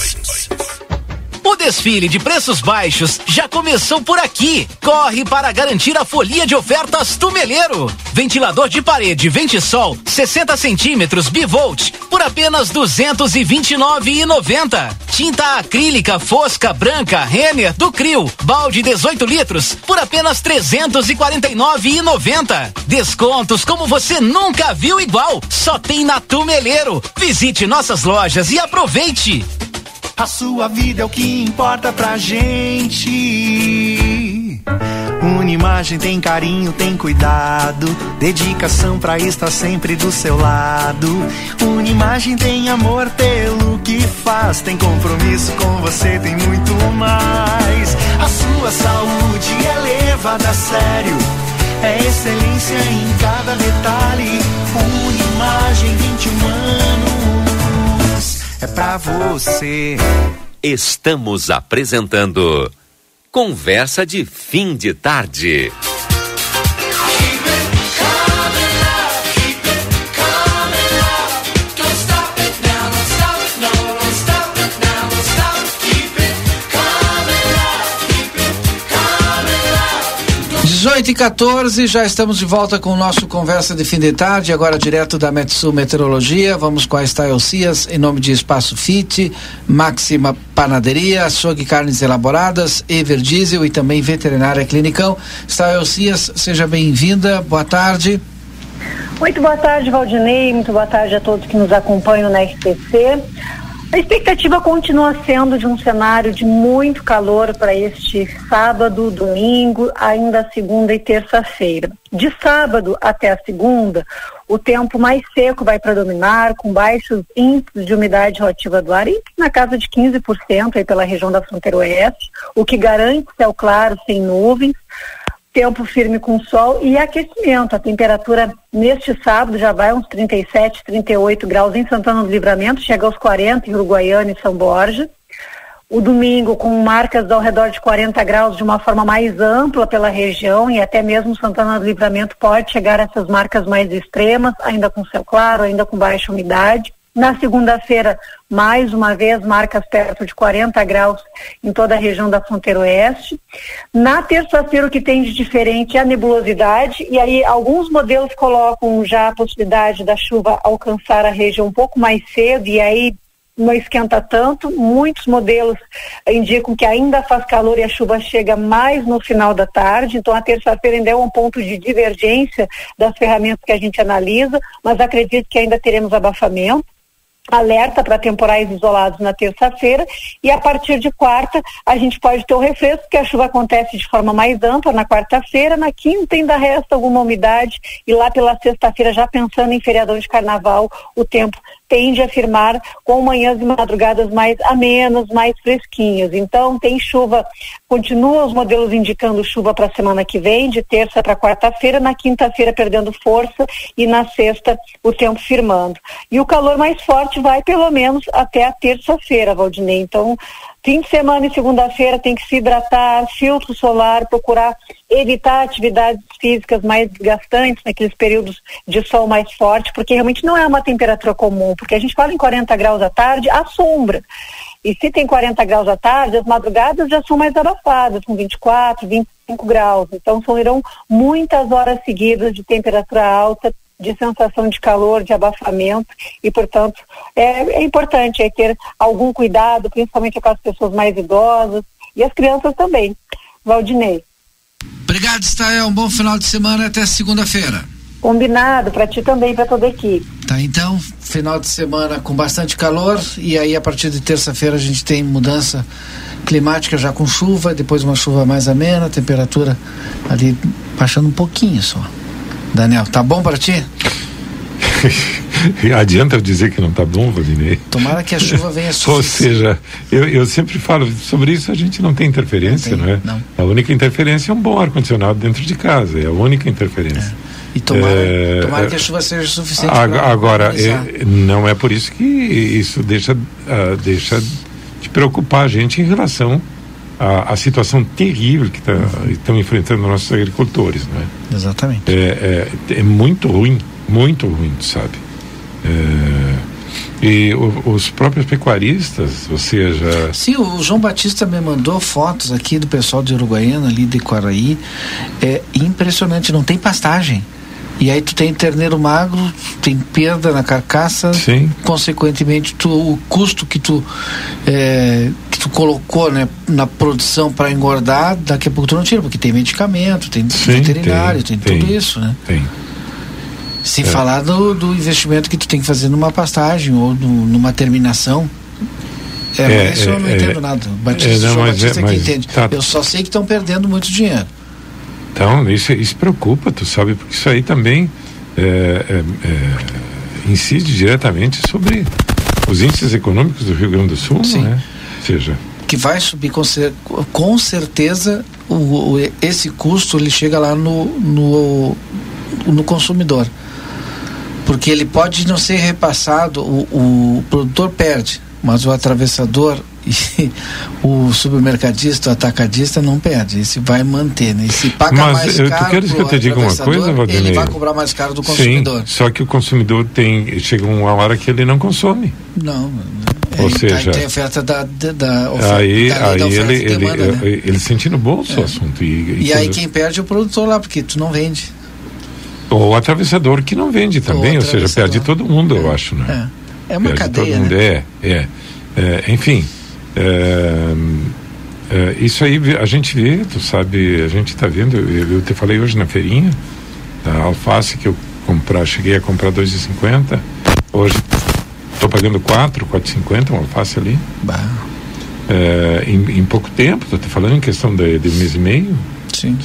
O desfile de preços baixos já começou por aqui. Corre para garantir a folia de ofertas Tumeleiro. Ventilador de parede Ventisol 60 centímetros bivolt por apenas R$ 229,90. Tinta acrílica fosca branca Renner do Crio, balde 18 litros por apenas R$ 349,90. Descontos como você nunca viu igual. Só tem na Tumeleiro. Visite nossas lojas e aproveite. A sua vida é o que importa pra gente. Unimagem tem carinho, tem cuidado, dedicação pra estar sempre do seu lado. Unimagem tem amor pelo que faz, tem compromisso com você, tem muito mais. A sua saúde é levada a sério, é excelência em cada detalhe. Unimagem, 21 anos, é pra você. Estamos apresentando Conversa de Fim de Tarde. 18h14, já estamos de volta com o nosso Conversa de Fim de Tarde, agora direto da Metsul Meteorologia. Vamos com a Stael Cias, em nome de Espaço Fit, Máxima Panaderia, Açougue Carnes Elaboradas, Ever Diesel e também Veterinária Clinicão. Stael Cias, seja bem-vinda, boa tarde. Muito boa tarde, Valdinei, muito boa tarde a todos que nos acompanham na RTC. A expectativa continua sendo de um cenário de muito calor para este sábado, domingo, ainda segunda e terça-feira. De sábado até a segunda, o tempo mais seco vai predominar, com baixos índices de umidade relativa do ar, na casa de 15% aí pela região da fronteira oeste, o que garante céu claro, sem nuvens. Tempo firme com sol e aquecimento. A temperatura neste sábado já vai uns 37, 38 graus em Santana do Livramento, chega aos 40 em Uruguaiana e São Borja. O domingo com marcas ao redor de 40 graus de uma forma mais ampla pela região e até mesmo Santana do Livramento pode chegar a essas marcas mais extremas, ainda com céu claro, ainda com baixa umidade. Na segunda-feira, mais uma vez, marcas perto de 40 graus em toda a região da fronteira oeste. Na terça-feira, o que tem de diferente é a nebulosidade, e aí alguns modelos colocam já a possibilidade da chuva alcançar a região um pouco mais cedo, e aí não esquenta tanto. Muitos modelos indicam que ainda faz calor e a chuva chega mais no final da tarde, então a terça-feira ainda é um ponto de divergência das ferramentas que a gente analisa, mas acredito que ainda teremos abafamento. Alerta para temporais isolados na terça-feira, e a partir de quarta a gente pode ter o refresco, porque a chuva acontece de forma mais ampla na quarta-feira. Na quinta ainda resta alguma umidade, e lá pela sexta-feira, já pensando em feriadão de carnaval, o tempo tende a firmar com manhãs e madrugadas mais amenas, mais fresquinhas. Então tem chuva, continua os modelos indicando chuva para a semana que vem, de terça para quarta-feira, na quinta-feira perdendo força e na sexta o tempo firmando. E o calor mais forte vai pelo menos até a terça-feira, Valdinei. Então, fim de semana e segunda-feira tem que se hidratar, filtro solar, procurar evitar atividades físicas mais desgastantes naqueles períodos de sol mais forte, porque realmente não é uma temperatura comum, porque a gente fala em 40 graus à tarde, à sombra. E se tem 40 graus à tarde, as madrugadas já são mais abafadas, com 24, 25 graus. Então, irão muitas horas seguidas de temperatura alta, de sensação de calor, de abafamento, e portanto é importante ter algum cuidado, principalmente com as pessoas mais idosas e as crianças também. Valdinei. Obrigado, Stael, um bom final de semana, até segunda-feira. Combinado, para ti também e para toda a equipe. Tá, então, final de semana com bastante calor, e aí a partir de terça-feira a gente tem mudança climática já com chuva, depois uma chuva mais amena, temperatura ali baixando um pouquinho só. Daniel, tá bom para ti? Adianta eu dizer que não tá bom, Valdinei? Tomara que a chuva venha Ou seja, eu sempre falo sobre isso, a gente não tem interferência, não é? Não. A única interferência é um bom ar-condicionado dentro de casa, é a única interferência. E tomara que a chuva seja suficiente. Agora, não é por isso que isso deixa de preocupar a gente em relação a situação terrível que estão enfrentando nossos agricultores, não é? Exatamente. É muito ruim, sabe? E os próprios pecuaristas, ou seja... Sim, o João Batista me mandou fotos aqui do pessoal de Uruguaiana, ali de Quaraí. É impressionante, não tem pastagem. E aí tu tem terneiro magro, tem perda na carcaça. Sim. Consequentemente o custo que tu colocou, né, na produção para engordar, daqui a pouco tu não tira, porque tem medicamento, tem veterinário, tem tudo isso, né? Tem. Sem falar do investimento que tu tem que fazer numa pastagem ou numa terminação. Mas isso eu não entendo nada. O Batista que entende. Tá. Eu só sei que estão perdendo muito dinheiro. Então, isso preocupa, tu sabe, porque isso aí também incide diretamente sobre os índices econômicos do Rio Grande do Sul, né? Ou seja, que vai subir com certeza. Esse custo ele chega lá no consumidor, porque ele pode não ser repassado, o produtor perde, mas o atravessador e o supermercadista, o atacadista não perde. Esse vai manter, né? E se paga mais caro, tu queres que eu te diga uma coisa, Valdinei? Ele vai cobrar mais caro do consumidor. Sim, só que o consumidor chega uma hora que ele não consome. Não. Ou seja, tem oferta da oferta, aí demanda, né? ele sente no bolso o assunto. E aí quem perde é o produtor lá, porque tu não vende. Ou o atravessador que não vende também, ou seja, perde todo mundo, eu acho, né? É uma perde cadeia, todo mundo, né? Enfim, isso aí a gente vê, tu sabe, a gente está vendo, eu te falei hoje na feirinha, a alface que eu cheguei a comprar 2,50, hoje estou pagando 4,50 uma alface ali. Em pouco tempo, estou te falando em questão de um mês e meio. Sim.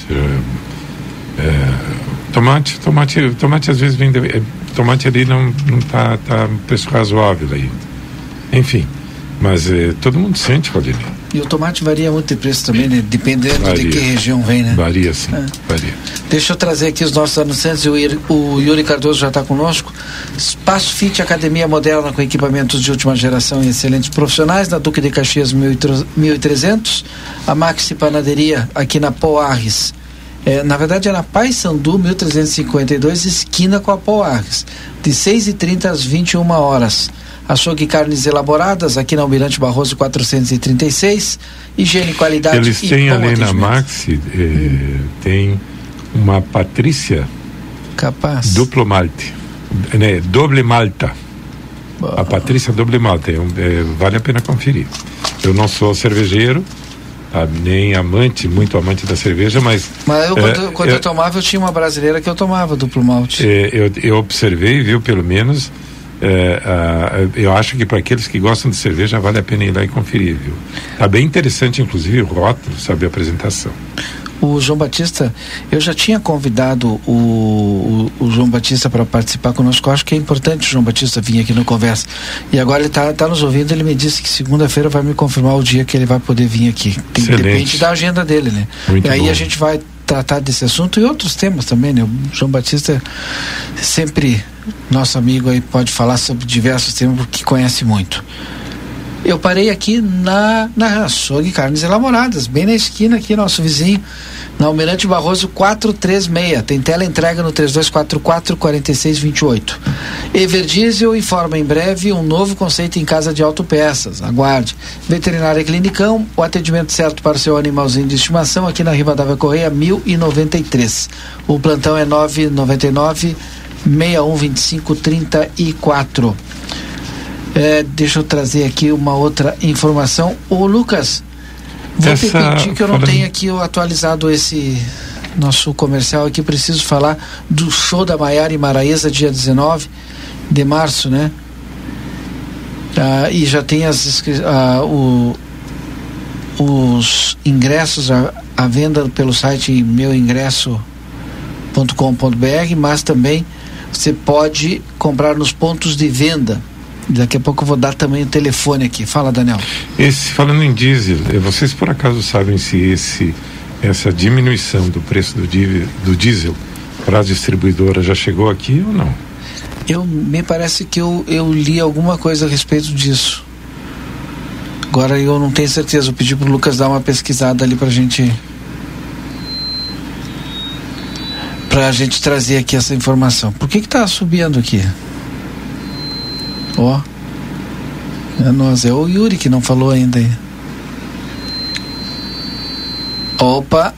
Tomate às vezes vem, tomate ali não tá um preço razoável aí. Enfim, mas todo mundo sente, Valdinei. E o tomate varia muito de preço também, né? Dependendo de que região vem, né? Varia, sim. Varia. Deixa eu trazer aqui os nossos anunciantes. O Yuri Cardoso já está conosco. Espaço Fit, academia moderna com equipamentos de última geração e excelentes profissionais, na Duque de Caxias 1300. A Maxi Panaderia, aqui na Poarres. Na verdade é na Paissandu 1352, esquina com a Poarres, de 6h30 às 21 horas. Açougue e carnes elaboradas, aqui na Almirante Barroso 436. Higiene, qualidade e eles têm ali na Maxi, tem uma Patrícia capaz duplo malte, doble malta. A Patrícia doble malta, vale a pena conferir. Eu não sou cervejeiro, nem muito amante da cerveja, mas quando eu tomava, eu tinha uma brasileira que eu tomava duplo malte. Eu observei, viu, pelo menos. Eu acho que para aqueles que gostam de cerveja vale a pena ir lá e conferir, viu? Tá bem interessante, inclusive o rótulo, sabe, a apresentação. O João Batista, eu já tinha convidado o João Batista para participar conosco. Eu acho que é importante o João Batista vir aqui no Conversa. E agora ele tá nos ouvindo. Ele me disse que segunda-feira vai me confirmar o dia que ele vai poder vir aqui. Depende da agenda dele, né? Muito e aí bom. A gente vai tratar desse assunto e outros temas também, né? O João Batista sempre nosso amigo aí, pode falar sobre diversos temas porque conhece muito. Eu parei aqui na Açougue Carnes Elaboradas, bem na esquina aqui, nosso vizinho, na Almirante Barroso 436. Tem tela entrega no 3244-4628. Everdiesel informa em breve um novo conceito em casa de autopeças. Aguarde. Veterinária Clinicão, o atendimento certo para o seu animalzinho de estimação aqui na Rivadavia Correia 1093. O plantão é 999 612534. Deixa eu trazer aqui uma outra informação. Ô Lucas, vou te pedir que eu não tenho aqui atualizado esse nosso comercial aqui. Preciso falar do show da Maiara e Maraíza, dia 19 de março, né? E já tem os ingressos à venda pelo site meuingresso.com.br, mas também você pode comprar nos pontos de venda. Daqui a pouco eu vou dar também o telefone aqui. Fala, Daniel. Falando em diesel, vocês por acaso sabem se essa diminuição do preço do diesel para as distribuidoras já chegou aqui ou não? Me parece que eu li alguma coisa a respeito disso. Agora eu não tenho certeza. Eu pedi pro Lucas dar uma pesquisada ali pra gente trazer aqui essa informação. Por que tá subindo aqui? É o Yuri que não falou ainda aí. Opa.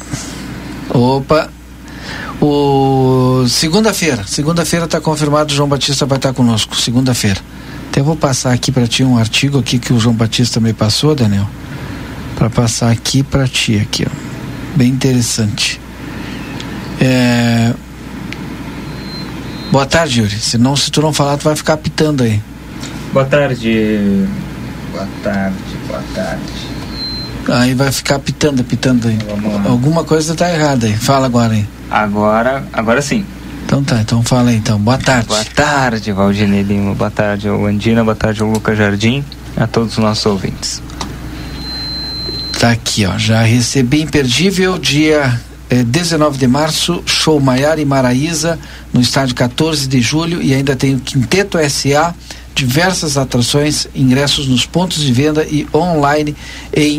Segunda-feira tá confirmado, o João Batista vai estar conosco, segunda-feira. Até vou passar aqui para ti um artigo aqui que o João Batista me passou, Daniel, para passar aqui para ti aqui, ó. Bem interessante. Boa tarde, Yuri. Se tu não falar, tu vai ficar apitando aí. Boa tarde. Aí vai ficar pitando aí. Alguma coisa está errada aí. Fala agora aí. Agora sim. Então fala aí então. Boa tarde. Boa tarde, Valdinei Lima. Boa tarde ao Andina, boa tarde ao Lucas Jardim, a todos os nossos ouvintes. Tá aqui, ó. Já recebi imperdível, dia 19 de março, show Maiara e Maraísa, no estádio 14 de julho, e ainda tem o Quinteto SA, diversas atrações, ingressos nos pontos de venda e online em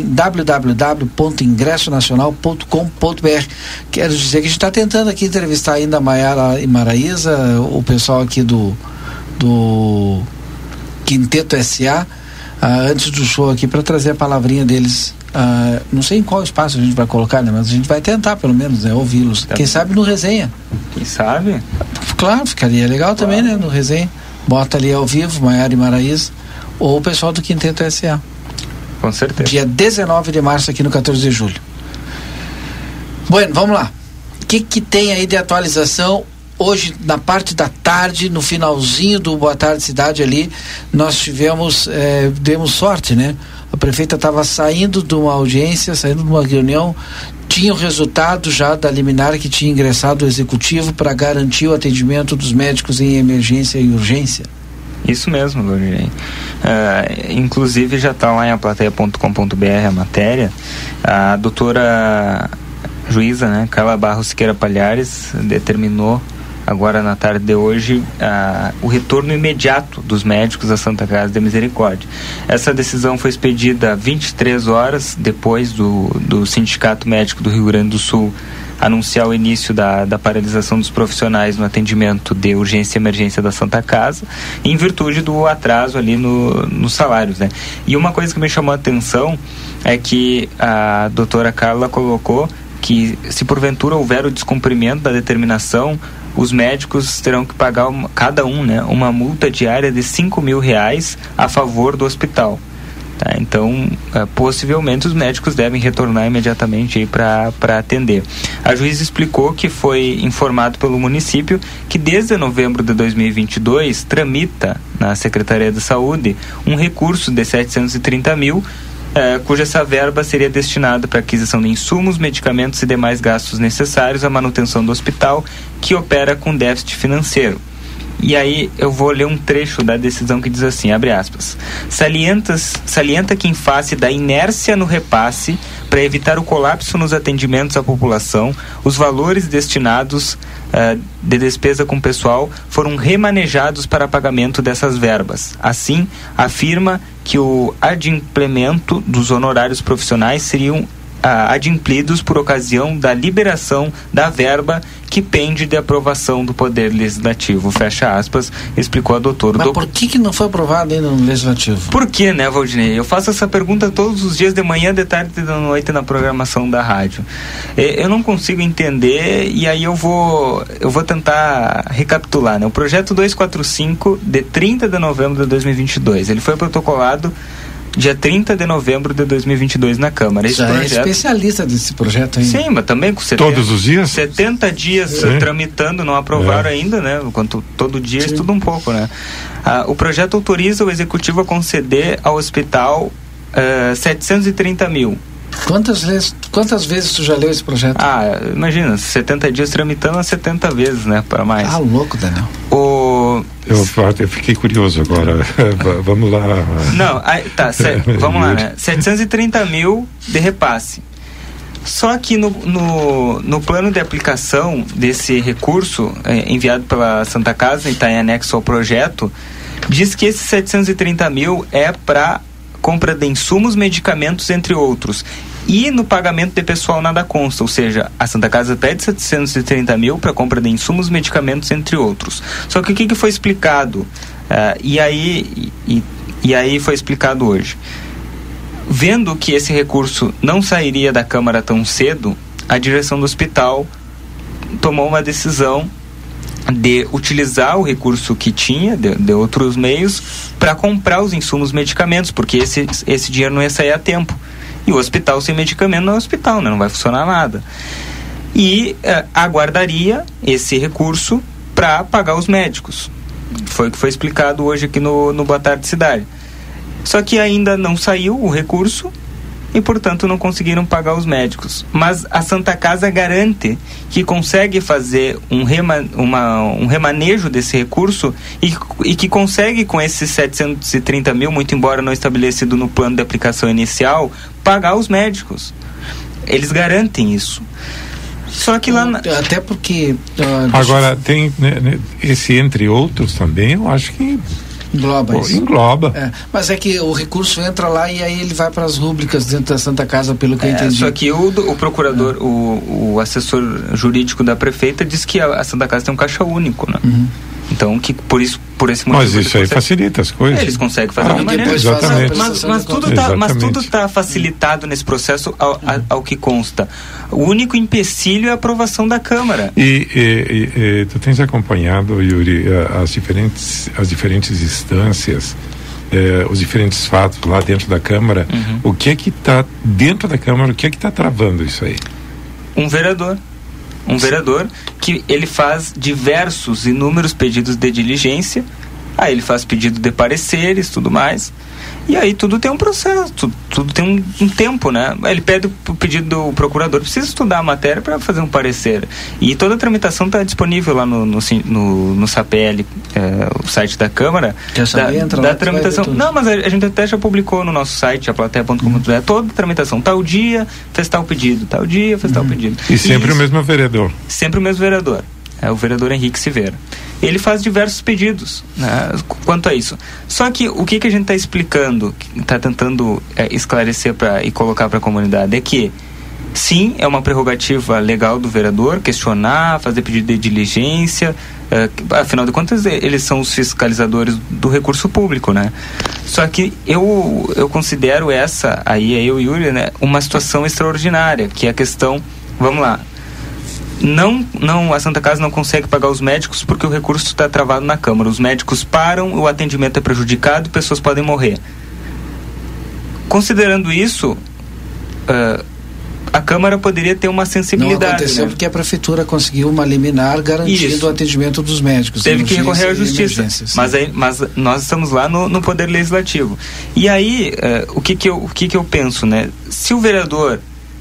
www.ingressonacional.com.br. Quero dizer que a gente está tentando aqui entrevistar ainda a Maiara e Maraísa, o pessoal aqui do Quinteto SA, antes do show aqui, para trazer a palavrinha deles. Não sei em qual espaço a gente vai colocar, né? Mas a gente vai tentar pelo menos, né? Ouvi-los. Quem sabe no resenha. Quem sabe? Claro, ficaria legal também, né? No resenha. Bota ali ao vivo, Maiara e Maraísa, ou o pessoal do Quinteto SA. Com certeza. Dia 19 de março aqui no 14 de julho. Bueno, vamos lá. O que tem aí de atualização? Hoje, na parte da tarde, no finalzinho do Boa Tarde Cidade ali, nós demos sorte, né? A prefeita estava saindo de uma audiência, saindo de uma reunião, tinha o resultado já da liminar que tinha ingressado o executivo para garantir o atendimento dos médicos em emergência e urgência. Isso mesmo, Lorena. Inclusive já está lá em aplateia.com.br a matéria. A doutora juíza, né, Carla Barros Siqueira Palhares, determinou agora na tarde de hoje o retorno imediato dos médicos à Santa Casa de Misericórdia. Essa decisão foi expedida 23 horas depois do Sindicato Médico do Rio Grande do Sul anunciar o início da paralisação dos profissionais no atendimento de urgência e emergência da Santa Casa, em virtude do atraso ali nos salários, né? E uma coisa que me chamou a atenção é que a doutora Carla colocou que, se porventura houver o descumprimento da determinação, os médicos terão que pagar cada um, né, uma multa diária de R$5.000 a favor do hospital. Tá? Então, possivelmente os médicos devem retornar imediatamente para atender. A juíza explicou que foi informado pelo município que desde novembro de 2022 tramita na Secretaria de Saúde um recurso de 730 mil, cuja essa verba seria destinada para aquisição de insumos, medicamentos e demais gastos necessários à manutenção do hospital, que opera com déficit financeiro. E aí eu vou ler um trecho da decisão que diz assim, abre aspas: salienta que em face da inércia no repasse para evitar o colapso nos atendimentos à população, os valores destinados de despesa com pessoal foram remanejados para pagamento dessas verbas. Assim, afirma que o adimplemento dos honorários profissionais seriam adimplidos por ocasião da liberação da verba que pende de aprovação do Poder Legislativo, fecha aspas, explicou a doutora. Mas por que não foi aprovado ainda no Legislativo? Por que, né, Valdinei? Eu faço essa pergunta todos os dias, de manhã, de tarde e de noite, na programação da rádio. Eu não consigo entender, e aí eu vou tentar recapitular, né? O projeto 245, de 30 de novembro de 2022, ele foi protocolado dia 30 de novembro de 2022 na Câmara. Esse projeto... é especialista desse projeto ainda. Sim, mas também com 70 dias tramitando, não aprovaram ainda, né? Enquanto todo dia estuda um pouco, né? O projeto autoriza o Executivo a conceder ao hospital 730 mil. Quantas vezes tu já leu esse projeto? Imagina, 70 dias tramitando, 70 vezes, né? Para mais. Louco, Daniel. Eu fiquei curioso agora. Vamos lá. Não, vamos lá, né? 730 mil de repasse. Só que no plano de aplicação desse recurso enviado pela Santa Casa, e está em anexo ao projeto, diz que esses 730 mil é para compra de insumos, medicamentos, entre outros. E no pagamento de pessoal nada consta, ou seja, a Santa Casa pede 730 mil para compra de insumos, medicamentos, entre outros. Só que o que foi explicado? E aí foi explicado hoje. Vendo que esse recurso não sairia da Câmara tão cedo, a direção do hospital tomou uma decisão de utilizar o recurso que tinha, de outros meios, para comprar os insumos, medicamentos, porque esse dinheiro não ia sair a tempo. E o hospital sem medicamento não é hospital, né? Não vai funcionar nada. E aguardaria esse recurso para pagar os médicos. Foi o que foi explicado hoje aqui no Boa Tarde Cidade. Só que ainda não saiu o recurso e, portanto, não conseguiram pagar os médicos. Mas a Santa Casa garante que consegue fazer um remanejo desse recurso e que consegue, com esses 730 mil, muito embora não estabelecido no plano de aplicação inicial, pagar os médicos. Eles garantem isso. Só que lá... Até porque... Agora, tem esse entre outros também, eu acho que... Engloba. Mas é que o recurso entra lá e aí ele vai para as rúbricas dentro da Santa Casa, pelo que eu entendi. Só que o procurador, o assessor jurídico da prefeita diz que a Santa Casa tem um caixa único, né? Então, que por esse motivo... Mas isso aí facilita as coisas. Eles conseguem fazer de maneira... Mas tudo está facilitado nesse processo ao que consta. O único empecilho é a aprovação da Câmara. E tu tens acompanhado, Yuri, as diferentes instâncias, os diferentes fatos lá dentro da Câmara. O que é que está dentro da Câmara, o que é que está travando isso aí? Um vereador que ele faz diversos, inúmeros pedidos de diligência, aí ele faz pedido de pareceres, tudo mais, e aí tudo tem um processo, tudo tem um tempo, né? Ele pede o pedido do procurador, precisa estudar a matéria para fazer um parecer, e toda a tramitação está disponível lá no SAPL, o site da Câmara, da tramitação. Não, mas a gente até já publicou no nosso site, aplateia.com.br, toda a tramitação, tal dia fez tal pedido, tal dia fez tal pedido. E sempre o mesmo vereador. Sempre o mesmo vereador, é o vereador Henrique Silveira. Ele faz diversos pedidos, né, quanto a isso. Só que o que a gente está explicando, está tentando esclarecer e colocar para a comunidade é que, sim, é uma prerrogativa legal do vereador questionar, fazer pedido de diligência, afinal de contas eles são os fiscalizadores do recurso público, né? Só que eu considero essa, aí eu e Yuri, né, uma situação extraordinária, que é a questão, vamos lá, a Santa Casa não consegue pagar os médicos porque o recurso está travado na Câmara. Os médicos param, o atendimento é prejudicado, pessoas podem morrer. Considerando isso, a Câmara poderia ter uma sensibilidade. Não aconteceu, né? Porque a Prefeitura conseguiu uma liminar garantindo o atendimento dos médicos. Teve que recorrer à Justiça. Mas nós estamos lá no Poder Legislativo. E aí, o que eu penso, né? Se o vereador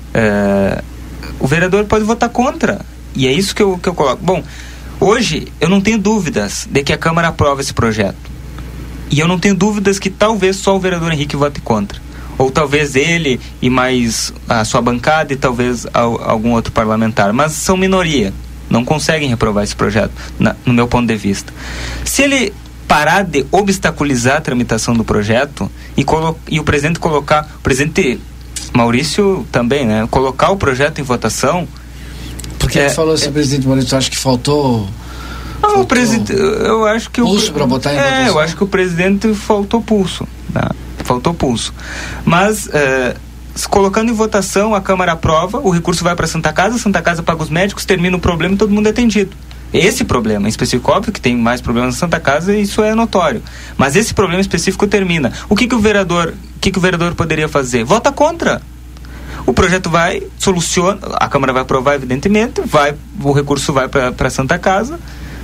pode votar contra, e é isso que eu coloco. Bom, hoje eu não tenho dúvidas de que a Câmara aprova esse projeto, e eu não tenho dúvidas que talvez só o vereador Henrique vote contra, ou talvez ele e mais a sua bancada e talvez algum outro parlamentar, mas são minoria, não conseguem reprovar esse projeto, no meu ponto de vista. Se ele parar de obstaculizar a tramitação do projeto e o presidente Maurício também, né? Colocar o projeto em votação. Porque ele falou assim, presidente Maurício, acho que faltou o presidente, eu acho que pulso para botar em votação. Eu acho que o presidente faltou pulso, né? Faltou pulso. Mas colocando em votação, a Câmara aprova, o recurso vai para a Santa Casa paga os médicos, termina o problema e todo mundo é atendido. Esse problema em específico, óbvio que tem mais problemas na Santa Casa e isso é notório, mas esse problema específico termina. O que o vereador poderia fazer? Vota contra. O projeto vai, soluciona, a Câmara vai aprovar, evidentemente, o recurso vai para a Santa Casa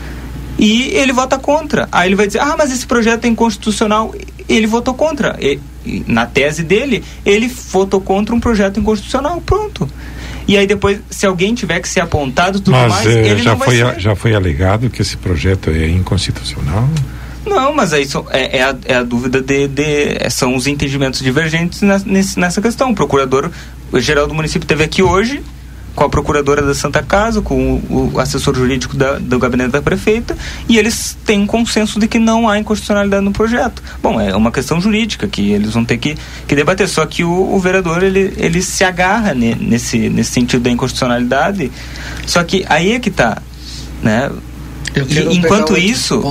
e ele vota contra. Aí ele vai dizer, mas esse projeto é inconstitucional. Ele votou contra. Na tese dele, ele votou contra um projeto inconstitucional. Pronto. E aí depois, se alguém tiver que ser apontado, ele não vai ser. Já foi alegado que esse projeto é inconstitucional? Não, mas aí é a dúvida são os entendimentos divergentes nessa questão. O procurador-geral do município esteve aqui hoje, com a procuradora da Santa Casa, com o assessor jurídico do gabinete da prefeita, e eles têm um consenso de que não há inconstitucionalidade no projeto. Bom, é uma questão jurídica que eles vão ter que debater, só que o vereador ele se agarra nesse sentido da inconstitucionalidade, só que aí é que está, né? Enquanto isso,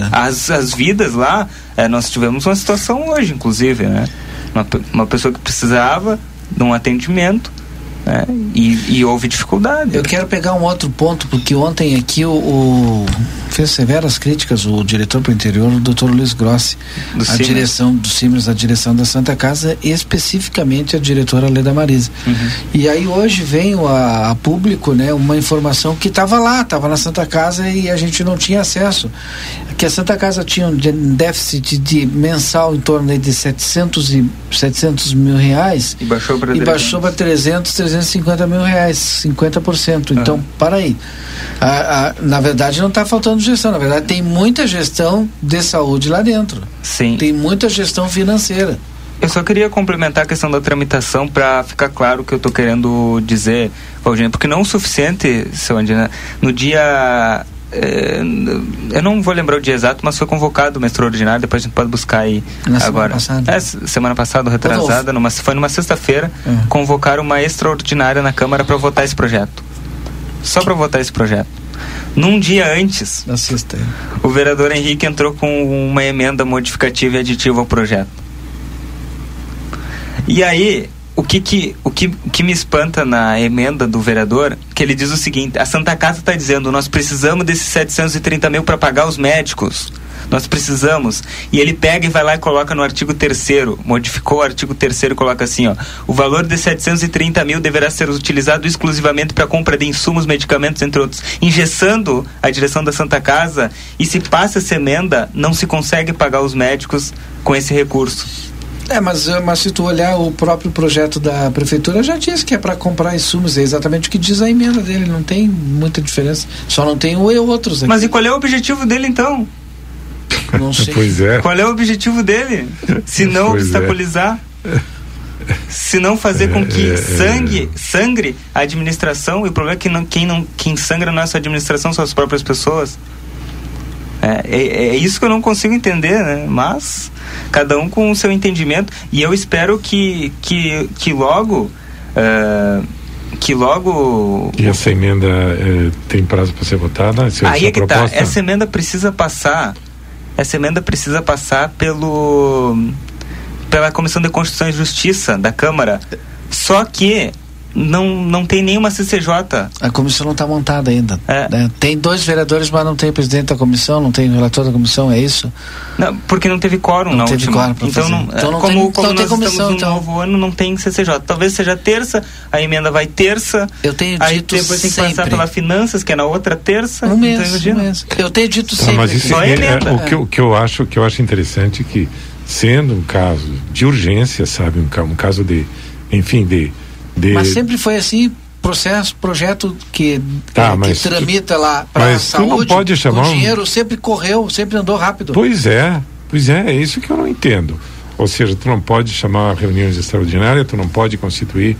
as vidas lá, nós tivemos uma situação hoje, inclusive, né? Uma pessoa que precisava de um atendimento, né? E houve dificuldade. Eu quero pegar um outro ponto, porque ontem aqui o fez severas críticas, o diretor para o interior, o Dr. Luiz Grossi, a direção do Simers, a direção da Santa Casa, e especificamente a diretora Leda Marisa. E aí hoje veio a público, né, uma informação que estava na Santa Casa e a gente não tinha acesso, que a Santa Casa tinha um déficit de mensal em torno de 700 mil reais e baixou para 350 mil reais, 50%. Então, para aí. Na verdade, não está faltando gestão. Na verdade, tem muita gestão de saúde lá dentro. Sim. Tem muita gestão financeira. Eu só queria complementar a questão da tramitação para ficar claro o que eu estou querendo dizer, Valdinei, porque não é o suficiente, seu Andina, no dia... eu não vou lembrar o dia exato, mas foi convocado uma extraordinária, depois a gente pode buscar aí agora. Semana passada, retrasada, foi numa sexta-feira, convocaram uma extraordinária na Câmara para votar esse projeto. Só para votar esse projeto. Num dia antes, o vereador Henrique entrou com uma emenda modificativa e aditiva ao projeto. E aí, o que me espanta na emenda do vereador, que ele diz o seguinte: a Santa Casa está dizendo, nós precisamos desses 730 mil para pagar os médicos, nós precisamos, e ele pega e vai lá e coloca no artigo 3º, modificou o artigo 3º e coloca assim, ó: o valor de 730 mil deverá ser utilizado exclusivamente para compra de insumos, medicamentos, entre outros, engessando a direção da Santa Casa, e se passa essa emenda, não se consegue pagar os médicos com esse recurso. Mas se tu olhar o próprio projeto da prefeitura, já diz que é para comprar insumos, é exatamente o que diz a emenda dele, não tem muita diferença, só não tem outros aqui. Mas e qual é o objetivo dele então? Não sei. Pois é. Qual é o objetivo dele? Se não obstaculizar, se não fazer com que sangre a administração, e o problema é que quem sangra não é só a administração, são as próprias pessoas. É isso que eu não consigo entender, né? Mas cada um com o seu entendimento, e eu espero que logo E essa emenda tem prazo para ser votada? Aí é que tá, essa emenda precisa passar pela Comissão de Constituição e Justiça da Câmara, só que não tem nenhuma CCJ. A comissão não está montada ainda. Tem 2 vereadores, mas não tem presidente da comissão, não tem relator da comissão, é isso? Não, porque não teve quórum na última. Então como nós estamos no novo ano, não tem CCJ. Talvez seja terça, a emenda vai terça. Eu tenho aí dito depois tem que passar pela Finanças, que é na outra terça. Um mês. Eu tenho dito sempre. Mas isso o que eu acho interessante é que, sendo um caso de urgência, sabe, um caso de, enfim, mas sempre foi assim, projeto que tramita lá para a saúde, não pode chamar o dinheiro sempre correu, sempre andou rápido. Pois é isso que eu não entendo. Ou seja, tu não pode chamar reuniões extraordinárias, tu não pode constituir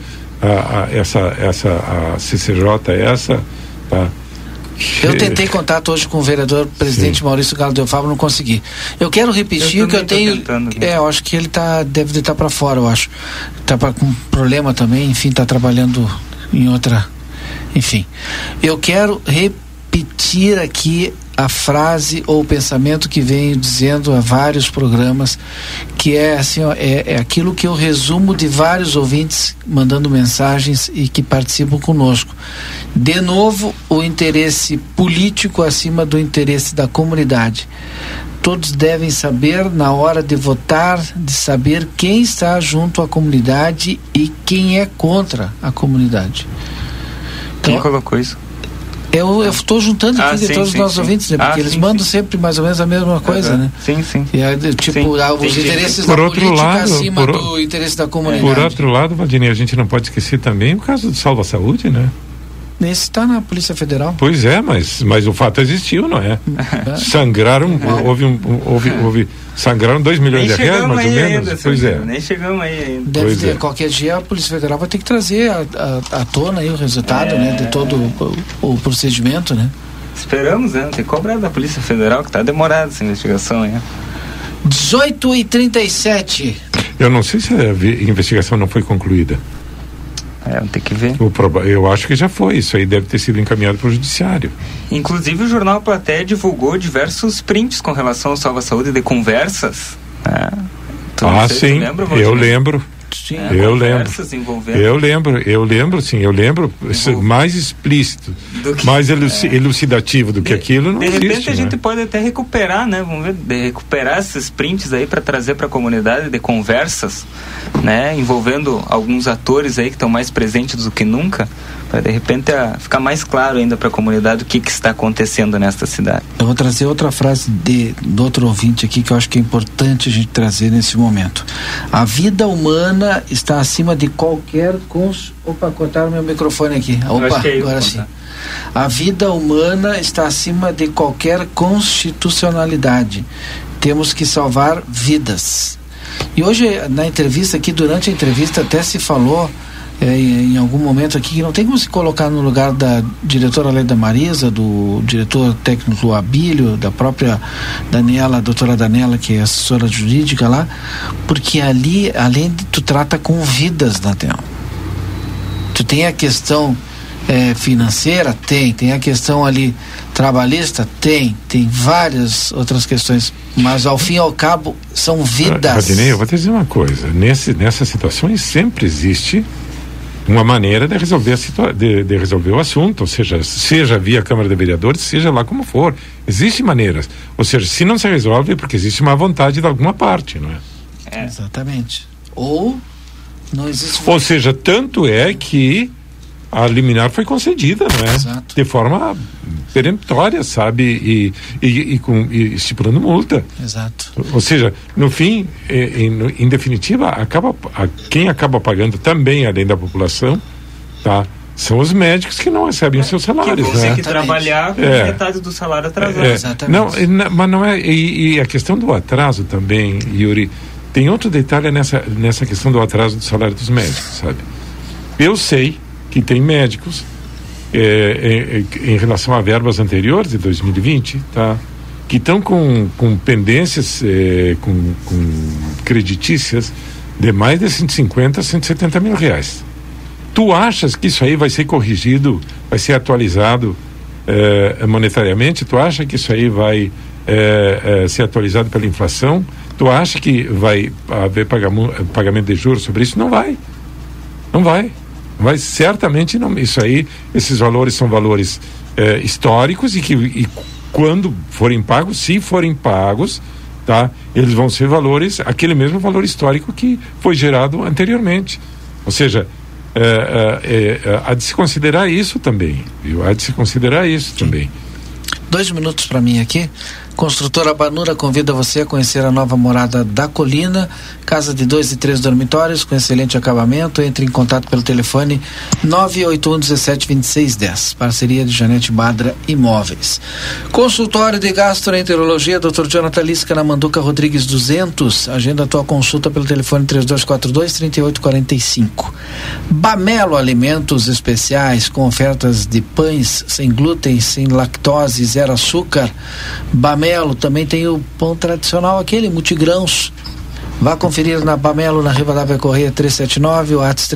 a CCJ, tá? Eu tentei contato hoje com o vereador presidente Maurício Galo Del Fabro, não consegui. Eu quero repetir o que eu tenho. Eu acho que ele deve estar para fora, eu acho. Está com problema também, enfim, está trabalhando em outra. Enfim. Eu quero repetir aqui a frase ou o pensamento que venho dizendo há vários programas, que é assim, ó, é aquilo que eu resumo de vários ouvintes mandando mensagens e que participam conosco. De novo, o interesse político acima do interesse da comunidade. Todos devem saber, na hora de votar, de saber quem está junto à comunidade e quem é contra a comunidade. Quem colocou isso? Eu estou juntando aqui de todos os nossos ouvintes, né? Porque eles mandam sempre mais ou menos a mesma coisa, né? Sim. E aí, os interesses da política acima do interesse da comunidade. Por outro lado, Valdinei, a gente não pode esquecer também o caso do Salva Saúde, né? Esse está na Polícia Federal. Pois é, mas o fato existiu, não é? Sangraram, sangraram 2 milhões de reais, mais ou menos. Ainda, pois é. Nem chegamos aí ainda. Qualquer dia a Polícia Federal vai ter que trazer à tona aí o resultado, né? De todo o procedimento, né? Esperamos, né? Tem que cobrar da Polícia Federal, que está demorada essa investigação aí. 18h37. Eu não sei se a investigação não foi concluída. Tem que ver. Eu acho que já foi. Isso aí deve ter sido encaminhado para o judiciário. Inclusive o jornal Platéia divulgou diversos prints com relação ao Salva Saúde de conversas. Sim, eu lembro. Sim. Eu lembro mais explícito, mais elucidativo do que aquilo não existe. De repente a gente pode até recuperar, né? Vamos ver, recuperar esses prints aí para trazer para a comunidade de conversas, né? Envolvendo alguns atores aí que estão mais presentes do que nunca, para de repente ficar mais claro ainda para a comunidade o que está acontecendo nesta cidade. Eu vou trazer outra frase do outro ouvinte aqui que eu acho que é importante a gente trazer nesse momento. A vida humana está acima de qualquer Opa, cortaram meu microfone aqui. Opa, agora sim. A vida humana está acima de qualquer constitucionalidade. Temos que salvar vidas. E hoje, na entrevista aqui, durante a entrevista até se falou em algum momento aqui que não tem como se colocar no lugar da diretora Leda Marisa, do diretor técnico Abílio, da própria Daniela, a doutora Daniela, que é assessora jurídica lá, porque ali, além de tu trata com vidas, Natel. Tu tem a questão financeira? Tem a questão ali trabalhista? Tem várias outras questões, mas ao fim e ao cabo são vidas. Rodinei, eu vou te dizer uma coisa, nessas situações sempre existe uma maneira de resolver de resolver o assunto, ou seja via Câmara de Vereadores, seja lá como for, existem maneiras, ou seja, se não se resolve é porque existe uma vontade de alguma parte, não é? Exatamente. Ou não existe. Ou seja, tanto é que a liminar foi concedida, não é? Exato. De forma peremptória, sabe? E estipulando multa. Exato. Ou seja, no fim, em definitiva, quem acaba pagando também, além da população, tá? São os médicos que não recebem os seus salários. Que vão ter que trabalhar com metade do salário atrasado. Exatamente. Mas não é. E a questão do atraso também, Yuri, tem outro detalhe nessa questão do atraso do salário dos médicos, sabe? Eu sei que tem médicos em relação a verbas anteriores de 2020, tá? Que estão com pendências com creditícias de mais de 150 a 170 mil reais. Tu achas que isso aí vai ser corrigido, vai ser atualizado monetariamente? Tu acha que isso aí vai ser atualizado pela inflação? Tu acha que vai haver pagamento de juros sobre isso? Não vai. Mas certamente não. Isso aí, esses valores são valores históricos e quando forem pagos, se forem pagos, tá? Eles vão ser valores, aquele mesmo valor histórico que foi gerado anteriormente. Ou seja, há de se considerar isso também, viu? 2 minutos para mim aqui. Construtora Banura convida você a conhecer a nova morada da Colina, casa de 2 e 3 dormitórios com excelente acabamento. Entre em contato pelo telefone 981-17-2610, parceria de Janete Badra Imóveis. Consultório de Gastroenterologia, Dr. Jonathan Lisca, na Manduca Rodrigues 200. Agenda a tua consulta pelo telefone 3242-3845. Bamelo Alimentos Especiais, com ofertas de pães sem glúten, sem lactose, zero açúcar. Bamelo também tem o pão tradicional, aquele multigrãos. Vá conferir na Bamelo, na Rivadavia Correia 379, o WhatsApp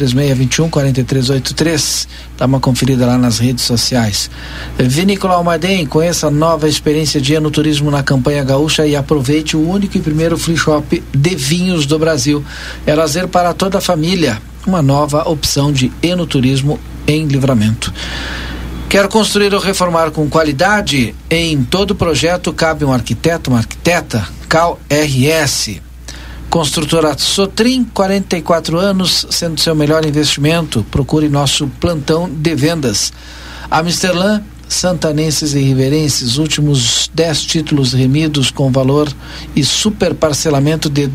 3621-4383. Dá uma conferida lá nas redes sociais. Vinícola Almaden, conheça a nova experiência de enoturismo na campanha gaúcha e aproveite o único e primeiro free shop de vinhos do Brasil. É lazer para toda a família. Uma nova opção de enoturismo em Livramento. Quer construir ou reformar com qualidade? Em todo projeto cabe um arquiteto, uma arquiteta. Cal RS. Construtora Sotrim, 44 anos, sendo seu melhor investimento. Procure nosso plantão de vendas. Amsterlan, santanenses e riverenses, últimos 10 títulos remidos com valor e super parcelamento de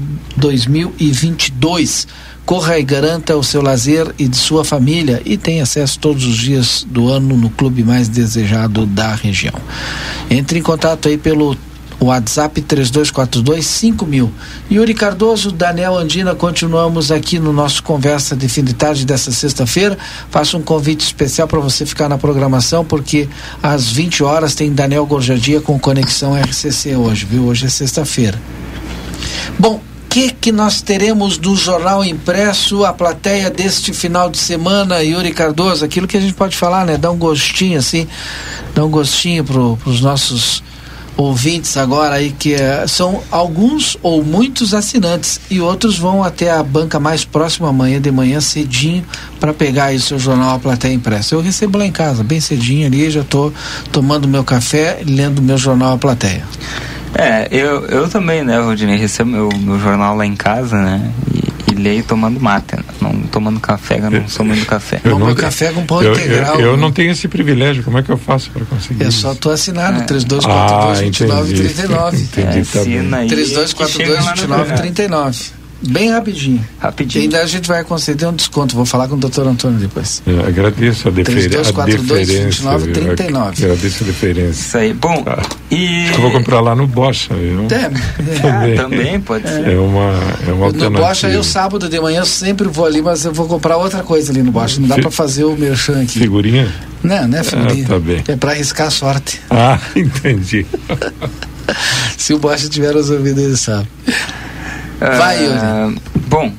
2022. Corra e garanta o seu lazer e de sua família e tem acesso todos os dias do ano no clube mais desejado da região. Entre em contato aí pelo WhatsApp 3242-5000. Yuri Cardoso, Daniel Andina, continuamos aqui no nosso Conversa de Fim de Tarde dessa sexta-feira. Faço um convite especial para você ficar na programação, porque às 20 horas tem Daniel Gorjadia com Conexão RCC hoje, viu? Hoje é sexta-feira. Bom, que nós teremos do jornal impresso, a plateia deste final de semana, Yuri Cardoso? Aquilo que a gente pode falar, né? Dá um gostinho assim, dá um gostinho pros nossos ouvintes agora aí que são alguns ou muitos assinantes e outros vão até a banca mais próxima amanhã de manhã cedinho para pegar aí o seu jornal A Plateia Impresso. Eu recebo lá em casa bem cedinho ali, já estou tomando meu café, lendo meu jornal A Plateia. Eu também, né, Rodinei, recebo meu jornal lá em casa, né, e leio tomando mate, né? Não tomando café, eu não sou muito café. Meu café com pão integral. Eu não tenho esse privilégio, como é que eu faço para conseguir? É só tu assinado, 3242-2939. Assina aí. 3242-2939. Bem rapidinho. E ainda a gente vai conceder um desconto. Vou falar com o Dr. Antônio depois. Eu agradeço a deferência. 3242-2939. Agradeço a deferência. Isso aí. Bom, e... Acho que eu vou comprar lá no Bocha. Também pode ser. É uma alternativa. No Bocha, eu sábado de manhã eu sempre vou ali, mas eu vou comprar outra coisa ali no Bocha. Não dá para fazer o merchan aqui. Figurinha? Não é figurinha. Tá bem. É para arriscar a sorte. Entendi. Se o Bocha tiver os ouvidos, ele sabe. Vai, Yuri. Bom,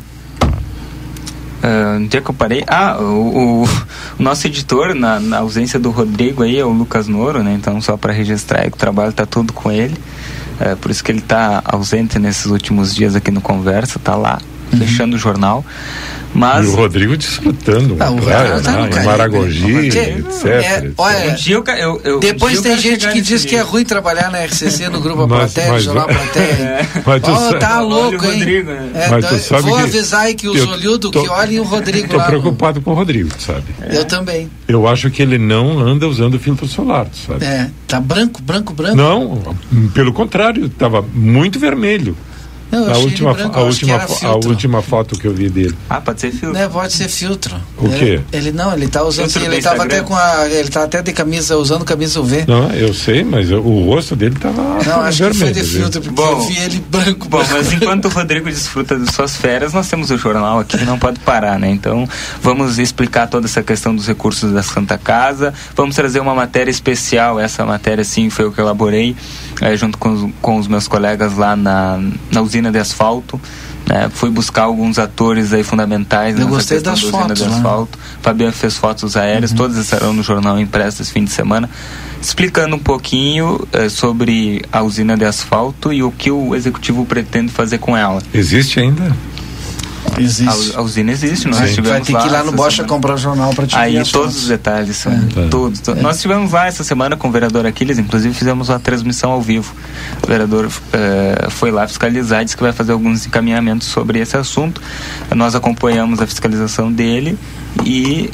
onde é que eu parei? O nosso editor, na ausência do Rodrigo aí, é o Lucas Noro, né? Então, só para registrar que o trabalho está tudo com ele. Por isso que ele está ausente nesses últimos dias aqui no Conversa, tá lá, fechando o jornal. Mas... E o Rodrigo desfrutando em Maragogi, etc. Olha, depois tem gente que diz que é ruim trabalhar na RCC no Grupo A Plateia, no Jornal A Plateia. Tá louco, hein? Rodrigo, vou avisar aí que o Zolildo, que olhem o Rodrigo lá. Tô preocupado com o Rodrigo, sabe? Eu também. Eu acho que ele não anda usando filtro solar, sabe? Tá branco. Não, pelo contrário, tava muito vermelho. Não, a última foto que eu vi dele. Pode ser filtro. Não, pode ser filtro. O quê? Ele tá usando assim, ele tava até ele tá até de camisa, usando camisa UV. Não, eu sei, mas o rosto dele tava acho vermelho. Que foi de filtro, porque eu vi ele branco. Bom, mas enquanto o Rodrigo desfruta de suas férias, nós temos o jornal aqui que não pode parar, né? Então, vamos explicar toda essa questão dos recursos da Santa Casa, vamos trazer uma matéria especial, essa matéria sim foi o que eu elaborei, junto com os meus colegas lá na usina de asfalto, né? Fui buscar alguns atores aí fundamentais. Eu gostei das fotos, de asfalto. Fabiano fez fotos aéreas, todas estarão no jornal impresso esse fim de semana, explicando um pouquinho sobre a usina de asfalto e o que o executivo pretende fazer com ela. Existe ainda? Existe. A usina existe, nós estivemos lá. Vai ter que ir lá no Bocha comprar o jornal para te ver aí todos os detalhes são todos. Nós estivemos lá essa semana com o vereador Aquiles, inclusive fizemos uma transmissão ao vivo. O vereador foi lá fiscalizar e disse que vai fazer alguns encaminhamentos sobre esse assunto. Nós acompanhamos a fiscalização dele e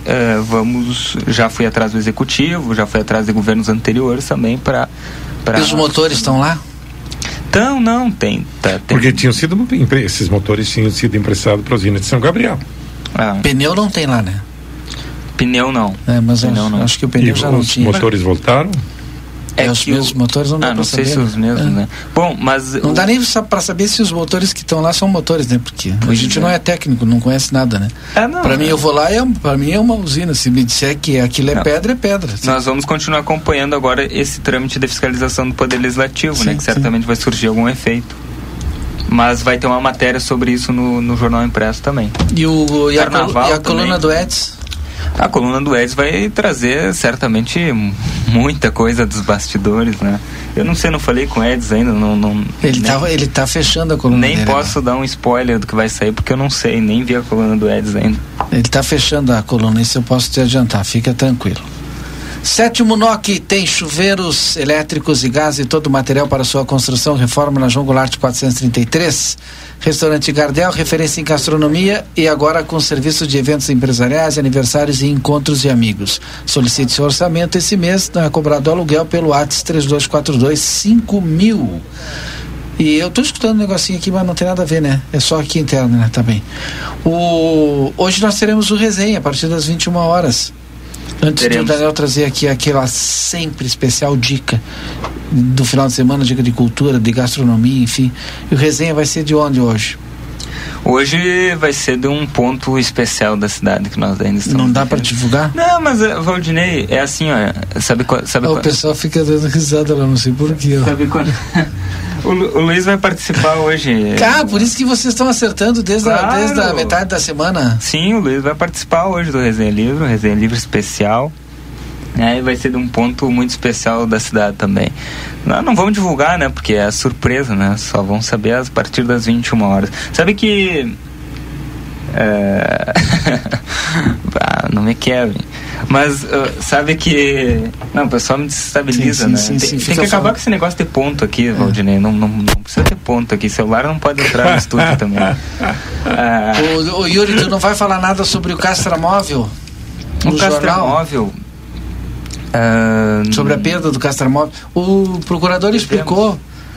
já fui atrás do executivo, já fui atrás de governos anteriores também para... E os motores estão lá? Então, não, tem. Porque esses motores tinham sido emprestados para a usina de São Gabriel. Pneu não tem lá, né? Pneu não. Mas não. Acho que o pneu já não tinha. Os motores voltaram? Os mesmos motores não dá não sei se os mesmos, né? Bom, mas... Não dá nem para saber se os motores que estão lá são motores, né? Porque a gente não é técnico, não conhece nada, né? Para mim, eu vou lá para mim é uma usina. Se me disser que aquilo é pedra, é pedra. Sim. Nós vamos continuar acompanhando agora esse trâmite de fiscalização do Poder Legislativo, né? Que certamente vai surgir algum efeito. Mas vai ter uma matéria sobre isso no jornal impresso também. E a coluna do Edson? A coluna do Edson vai trazer certamente muita coisa dos bastidores, né? Eu não sei, não falei com o Edson ainda, ele tá fechando a coluna dele. Nem posso dar um spoiler do que vai sair, porque eu não sei, nem vi a coluna do Edson ainda. Ele tá fechando a coluna, isso eu posso te adiantar, fica tranquilo. Sétimo NOC tem chuveiros elétricos e gás e todo o material para sua construção, reforma na João Goulart 433. Restaurante Gardel, referência em gastronomia e agora com serviço de eventos empresariais, aniversários e encontros de amigos. Solicite seu orçamento esse mês, não é cobrado aluguel pelo WhatsApp 3242-5000. E eu tô escutando um negocinho aqui, mas não tem nada a ver, né? É só aqui interno, né? Tá bem. Hoje nós teremos o resenha a partir das 21 horas. Antes do Daniel trazer aqui aquela sempre especial dica do final de semana, dica de cultura, de gastronomia, enfim. E o resenha vai ser de onde hoje? Hoje vai ser de um ponto especial da cidade que nós ainda estamos. Não dá para divulgar? Não, mas Valdinei, é assim, ó, sabe o pessoal fica dando risada lá, não sei porquê. Sabe quando... O Luiz vai participar hoje. Por isso que vocês estão acertando desde a metade da semana. Sim, o Luiz vai participar hoje do Resenha Livre especial. E vai ser de um ponto muito especial da cidade também. Não vamos divulgar, né? Porque é surpresa, né? Só vão saber a partir das 21 horas. Sabe que... não me quebrem. Mas sabe que... Não, o pessoal me desestabiliza, né? Tem que acabar com esse negócio de ponto aqui, Valdinei. Não precisa ter ponto aqui. Celular não pode entrar no estúdio também. O Yuri, tu não vai falar nada sobre o Castramóvel? O Castramóvel... sobre a perda do Castramóvel. O procurador explicou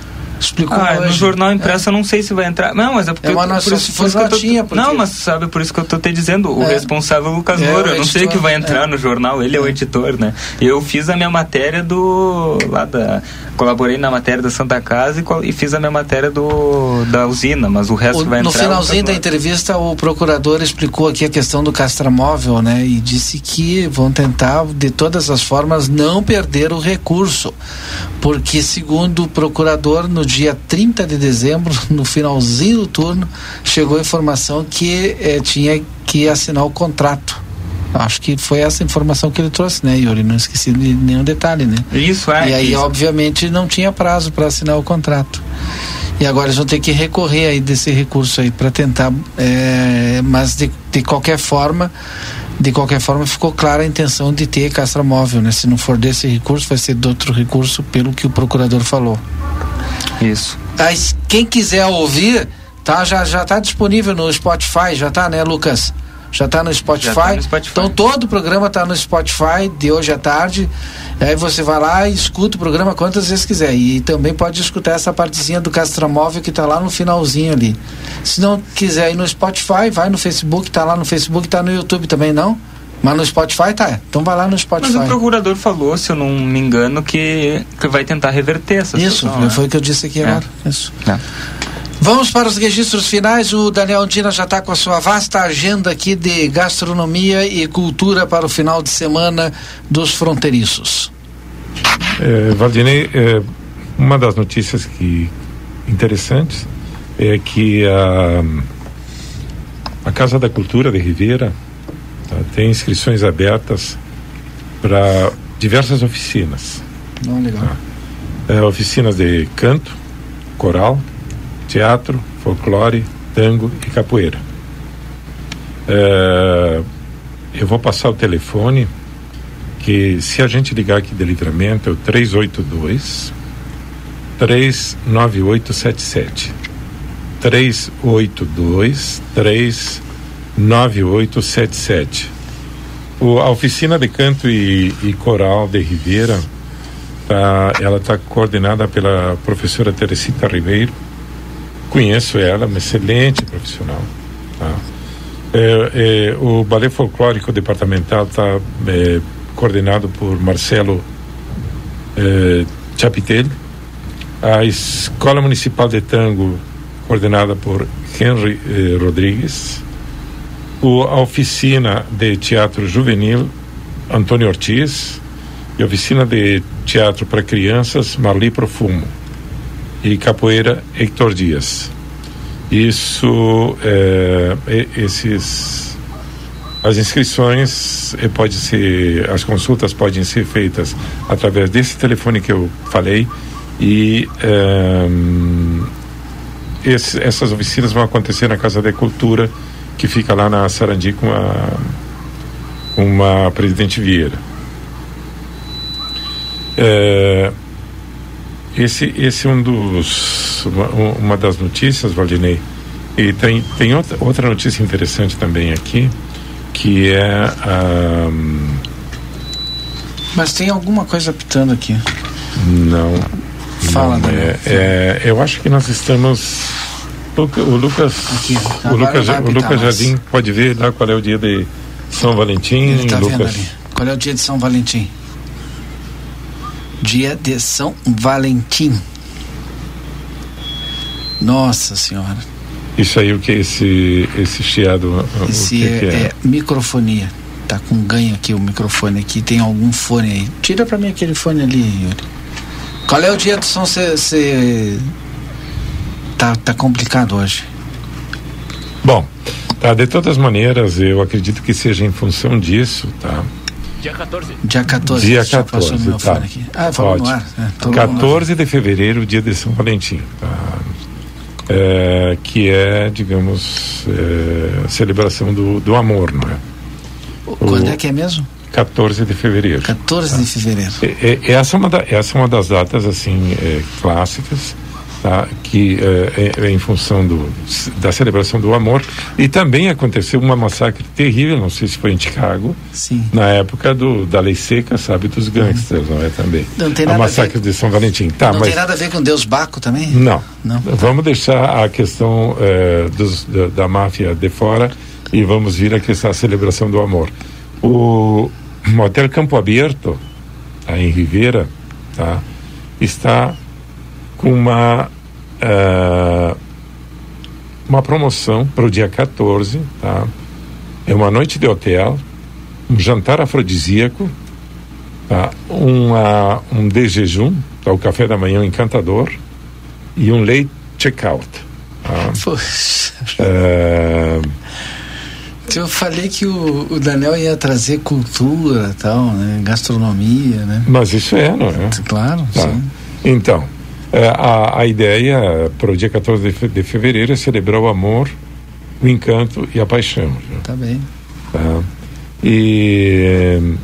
no jornal impresso eu não sei se vai entrar. Não, mas é porque não, mas sabe, por isso que eu tô te dizendo, o responsável é o Lucas Moura. Eu não sei o que vai entrar no jornal, ele é o editor, né? Eu fiz a minha matéria colaborei na matéria da Santa Casa e fiz a minha matéria da usina, mas o resto vai entrar. No finalzinho da entrevista, o procurador explicou aqui a questão do Castramóvel, né? E disse que vão tentar, de todas as formas, não perder o recurso. Porque, segundo o procurador, no dia 30 de dezembro, no finalzinho do turno, chegou a informação que tinha que assinar o contrato. Acho que foi essa informação que ele trouxe, né, Yuri? Não esqueci de nenhum detalhe, né? Isso, E aí, obviamente, não tinha prazo para assinar o contrato. E agora eles vão ter que recorrer aí desse recurso aí para tentar, mas de qualquer forma ficou clara a intenção de ter Castramóvel, né? Se não for desse recurso, vai ser de outro recurso, pelo que o procurador falou. Isso. Mas quem quiser ouvir, tá, já tá disponível no Spotify, já tá, né, Lucas? Já tá no Spotify. Então todo o programa tá no Spotify de hoje à tarde. Aí você vai lá e escuta o programa quantas vezes quiser. E também pode escutar essa partezinha do Castramóvel que tá lá no finalzinho ali. Se não quiser ir no Spotify, vai no Facebook, tá lá no Facebook, tá no YouTube também, não? Mas no Spotify tá. Então vai lá no Spotify. Mas o procurador falou, se eu não me engano, que vai tentar reverter essa situação. Isso, foi o que eu disse aqui agora. Isso. Vamos para os registros finais. O Daniel Andina já está com a sua vasta agenda aqui de gastronomia e cultura para o final de semana dos fronteiriços. Valdinei, uma das notícias interessantes é que a Casa da Cultura de Ribeira tem inscrições abertas para diversas oficinas. Legal. Oficinas de canto, coral, teatro, folclore, tango e capoeira. Eu vou passar o telefone, que se a gente ligar aqui de Livramento é o 382-39877. 382-39877. A oficina de canto e coral de Ribeira, ela está coordenada pela professora Teresita Ribeiro. Conheço ela, uma excelente profissional. O Balé Folclórico Departamental está coordenado por Marcelo Chapitel. A Escola Municipal de Tango, coordenada por Henry Rodrigues. A Oficina de Teatro Juvenil, Antônio Ortiz. E a Oficina de Teatro para Crianças, Marli Profumo. E capoeira, Hector Dias. Isso, as inscrições as consultas podem ser feitas através desse telefone que eu falei e essas oficinas vão acontecer na Casa da Cultura, que fica lá na Sarandi com a Presidente Vieira. Esse é uma das notícias, Valdinei. E tem outra notícia interessante também aqui, que é Mas tem alguma coisa apitando aqui. Não. Fala, não, eu acho que nós estamos... O Lucas Jardim pode ver lá qual é o dia de São Valentim. Ele tá Lucas. vendo ali. Qual é o dia de São Valentim? Dia de São Valentim. Nossa Senhora. Isso aí, o que é esse chiado? Esse é microfonia. Tá com ganho aqui o microfone aqui. Tem algum fone aí? Tira pra mim aquele fone ali, Yuri. Qual é o dia do som? Tá complicado hoje. Bom, de todas maneiras, eu acredito que seja em função disso, tá? Dia 14. Dia 14. Dia 14, meu tá. fone aqui. Falou no ar. 14 de fevereiro, dia de São Valentim. Tá? Que é, digamos, a celebração do amor, não é? Quando é que é mesmo? 14 de fevereiro. 14 de fevereiro. Essa é uma das datas, assim, clássicas, tá? Que é em função da celebração do amor. E também aconteceu uma massacre terrível, não sei se foi em Chicago, sim, na época da lei seca, sabe, dos gangsters, não é? Também. Não tem nada a massacre de São Valentim. Tá, não tem nada a ver com Deus Baco também? Não. Vamos deixar a questão da máfia de fora e vamos vir a questão da celebração do amor. O Motel Campo Aberto, em Ribeira, tá, está com uma promoção para o dia 14, tá? É uma noite de hotel, um jantar afrodisíaco, tá? Um de jejum, tá? O café da manhã encantador e um late check-out. Tá? Eu falei que o Daniel ia trazer cultura e tal, né? Gastronomia, né? Mas isso não é? Claro, tá. Sim. Então, a ideia para o dia 14 de fevereiro é celebrar o amor, o encanto e a paixão. Viu? Tá bem. Tá? E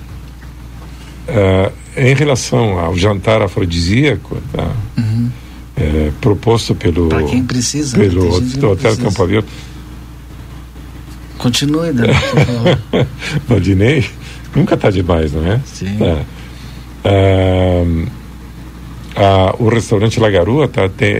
em relação ao jantar afrodisíaco, tá? Uhum. Proposto pelo quem precisa, pelo Hotel Campo Aberto. Continue, né? Valdinei nunca está demais, não é? Sim. O restaurante Lagarua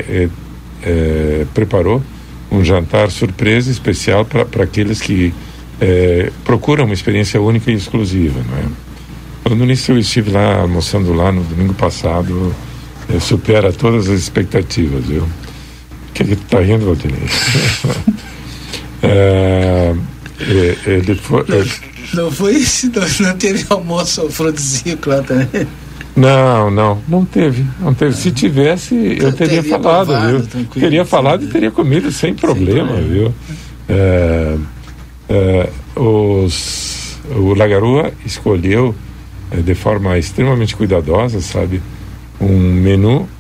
preparou um jantar surpresa especial para aqueles que procuram uma experiência única e exclusiva, não é? Falando nisso, eu estive lá almoçando lá no domingo passado, supera todas as expectativas, viu? O que tu tá rindo, Valdinei? Não foi isso, não teve almoço afrodisíaco lá também. Não teve. Se tivesse, eu teria falado, viu? Teria falado e teria comido sem problema, viu? O Lagarua escolheu de forma extremamente cuidadosa, sabe, um menu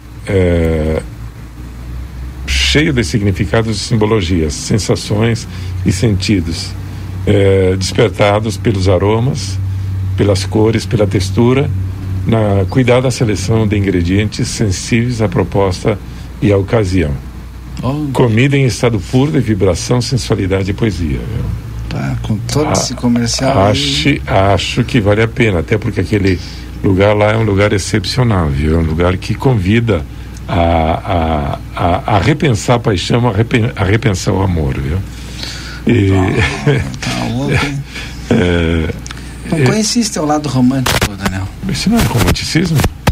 cheio de significados e simbologias, sensações e sentidos despertados pelos aromas, pelas cores, pela textura, na cuidada seleção de ingredientes sensíveis à proposta e à ocasião. Comida em estado puro de vibração, sensualidade e poesia. Viu? Tá, com todo esse comercial acho que vale a pena, até porque aquele lugar lá é um lugar excepcional, viu? É um lugar que convida a repensar a paixão, a repensar o amor, viu? E não conheci esse teu lado romântico, Daniel. Isso não é romanticismo?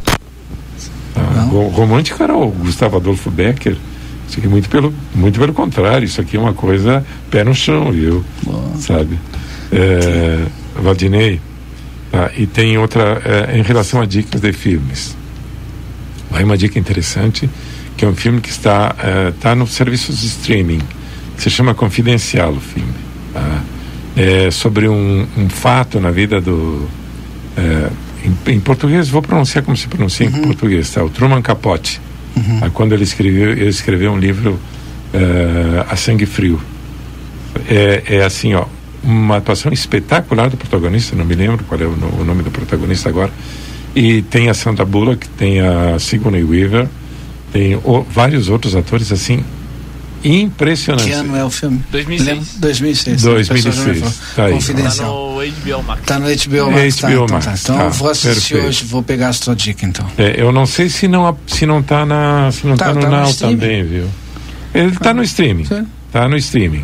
O romântico era o Gustavo Adolfo Becker. Isso aqui muito pelo contrário, isso aqui é uma coisa pé no chão, viu? Sabe? Valdinei, e tem outra em relação a dicas de filmes. Vai uma dica interessante, que é um filme que está nos serviços de streaming. Se chama Confidencial, o filme. Tá? É sobre um fato na vida do... em português, vou pronunciar como se pronuncia em português, tá? O Truman Capote. Quando ele escreveu um livro A Sangue Frio. É assim, ó, uma atuação espetacular do protagonista, não me lembro qual é o nome do protagonista agora, e tem a Sandra Bullock, tem a Sigourney Weaver, tem vários outros atores assim impressionantes. Que ano é o filme? 2006. 2006. Tá aí. Confidencial. Tá no HBO Max. Tá no HBO Max. Então eu vou assistir perfeito. hoje, vou pegar a sua dica então. Eu não sei se não tá no Now também, viu? Ele tá no streaming. Sim. Tá no streaming.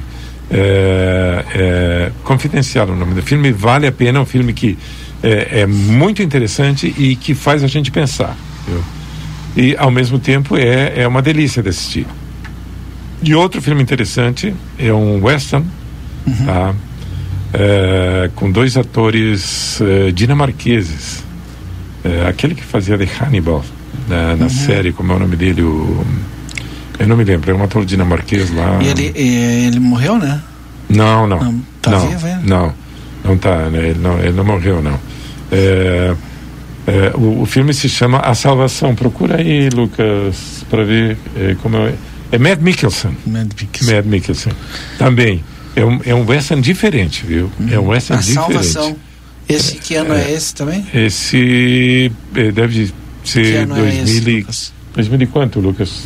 Confidencial o nome do filme, vale a pena, é um filme que é muito interessante e que faz a gente pensar, viu? E ao mesmo tempo é uma delícia de assistir. E outro filme interessante é um western, tá? Com dois atores dinamarqueses, aquele que fazia de Hannibal na série, como é o nome dele, eu não me lembro, é um ator dinamarquês lá. E ele morreu, né? Não. Tá vivo ainda? Não tá, né? Ele não morreu, não. O filme se chama A Salvação. Procura aí, Lucas, para ver como é. É Mad Mikkelsen. Mad Mikkelsen. Também. É um western diferente, viu? É um western diferente. A Salvação. Esse que ano é esse também? Esse deve ser 2000 e quanto, Lucas?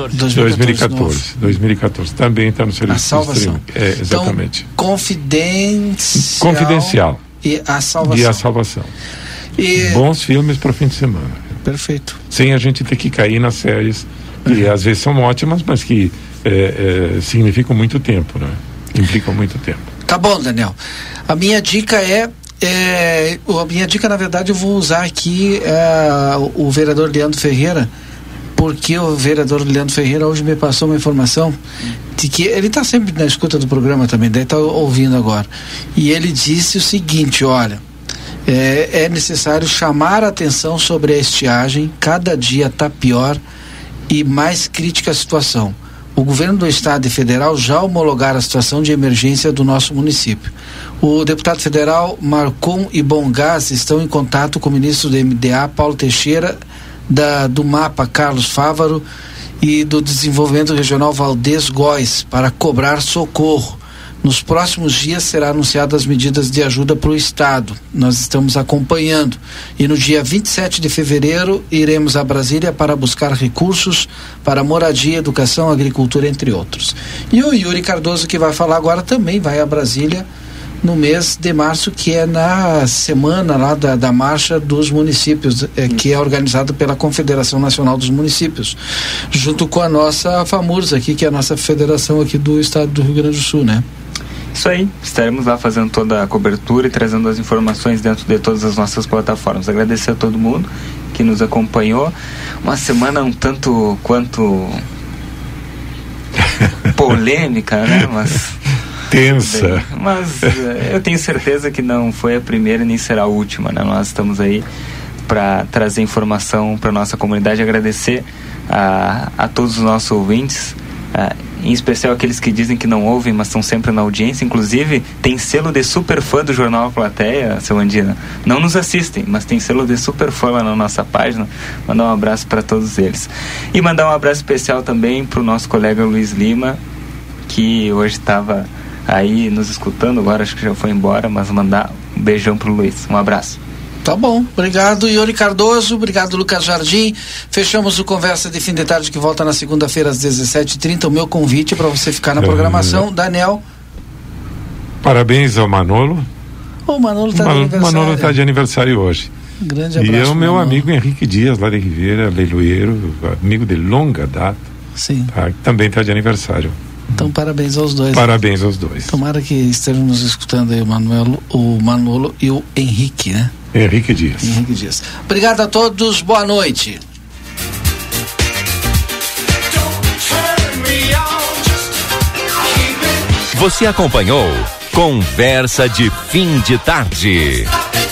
2014. Também está no serviço. A Salvação. Exatamente. Então, Confidencial. E A Salvação. Bons filmes para o fim de semana. Perfeito. Sem a gente ter que cair nas séries que às vezes são ótimas, mas que significam muito tempo, né? Implicam muito tempo. Tá bom, Daniel. A minha dica na verdade, eu vou usar aqui o vereador Leandro Ferreira, porque o vereador Leandro Ferreira hoje me passou uma informação de que ele está sempre na escuta do programa também, deve estar ouvindo agora. E ele disse o seguinte: olha, é necessário chamar a atenção sobre a estiagem, cada dia está pior e mais crítica a situação. O governo do estado e federal já homologaram a situação de emergência do nosso município. O deputado federal Marcon e Bongás estão em contato com o ministro do MDA, Paulo Teixeira, do MAPA, Carlos Fávaro, e do Desenvolvimento Regional Valdez Góes, para cobrar socorro. Nos próximos dias será anunciadas as medidas de ajuda para o estado. Nós estamos acompanhando. E no dia 27 de fevereiro iremos a Brasília para buscar recursos para moradia, educação, agricultura, entre outros. E o Yuri Cardoso, que vai falar agora, também vai a Brasília no mês de março, que é na semana lá da Marcha dos Municípios, que é organizada pela Confederação Nacional dos Municípios, junto com a nossa FAMURS aqui, que é a nossa federação aqui do estado do Rio Grande do Sul, né? Isso aí, estaremos lá fazendo toda a cobertura e trazendo as informações dentro de todas as nossas plataformas. Agradecer a todo mundo que nos acompanhou. Uma semana um tanto quanto polêmica, né? Mas tensa. Mas eu tenho certeza que não foi a primeira nem será a última, né? Nós estamos aí para trazer informação para nossa comunidade. Agradecer a todos os nossos ouvintes, em especial aqueles que dizem que não ouvem, mas estão sempre na audiência. Inclusive, tem selo de super fã do Jornal A Plateia, seu Andina. Não nos assistem, mas tem selo de super fã lá na nossa página. Mandar um abraço para todos eles. E mandar um abraço especial também para o nosso colega Luiz Lima, que hoje estava aí nos escutando, agora acho que já foi embora, mas mandar um beijão pro Luiz. Um abraço. Tá bom, obrigado Yuri Cardoso, obrigado Lucas Jardim. Fechamos o Conversa de Fim de Tarde, que volta na segunda-feira às 17h30. O meu convite para você ficar na programação. Daniel, parabéns ao Manolo. O Manolo está de aniversário. Manolo está de aniversário hoje. Grande abraço. E é o meu amigo Henrique Dias, lá de Ribeira, leiloeiro, amigo de longa data. Sim. Tá, também está de aniversário. Então, parabéns aos dois. Parabéns aos dois. Tomara que estejam nos escutando aí o Manolo e o Henrique, né? Henrique Dias. Henrique Dias. Obrigado a todos, boa noite. Você acompanhou Conversa de Fim de Tarde.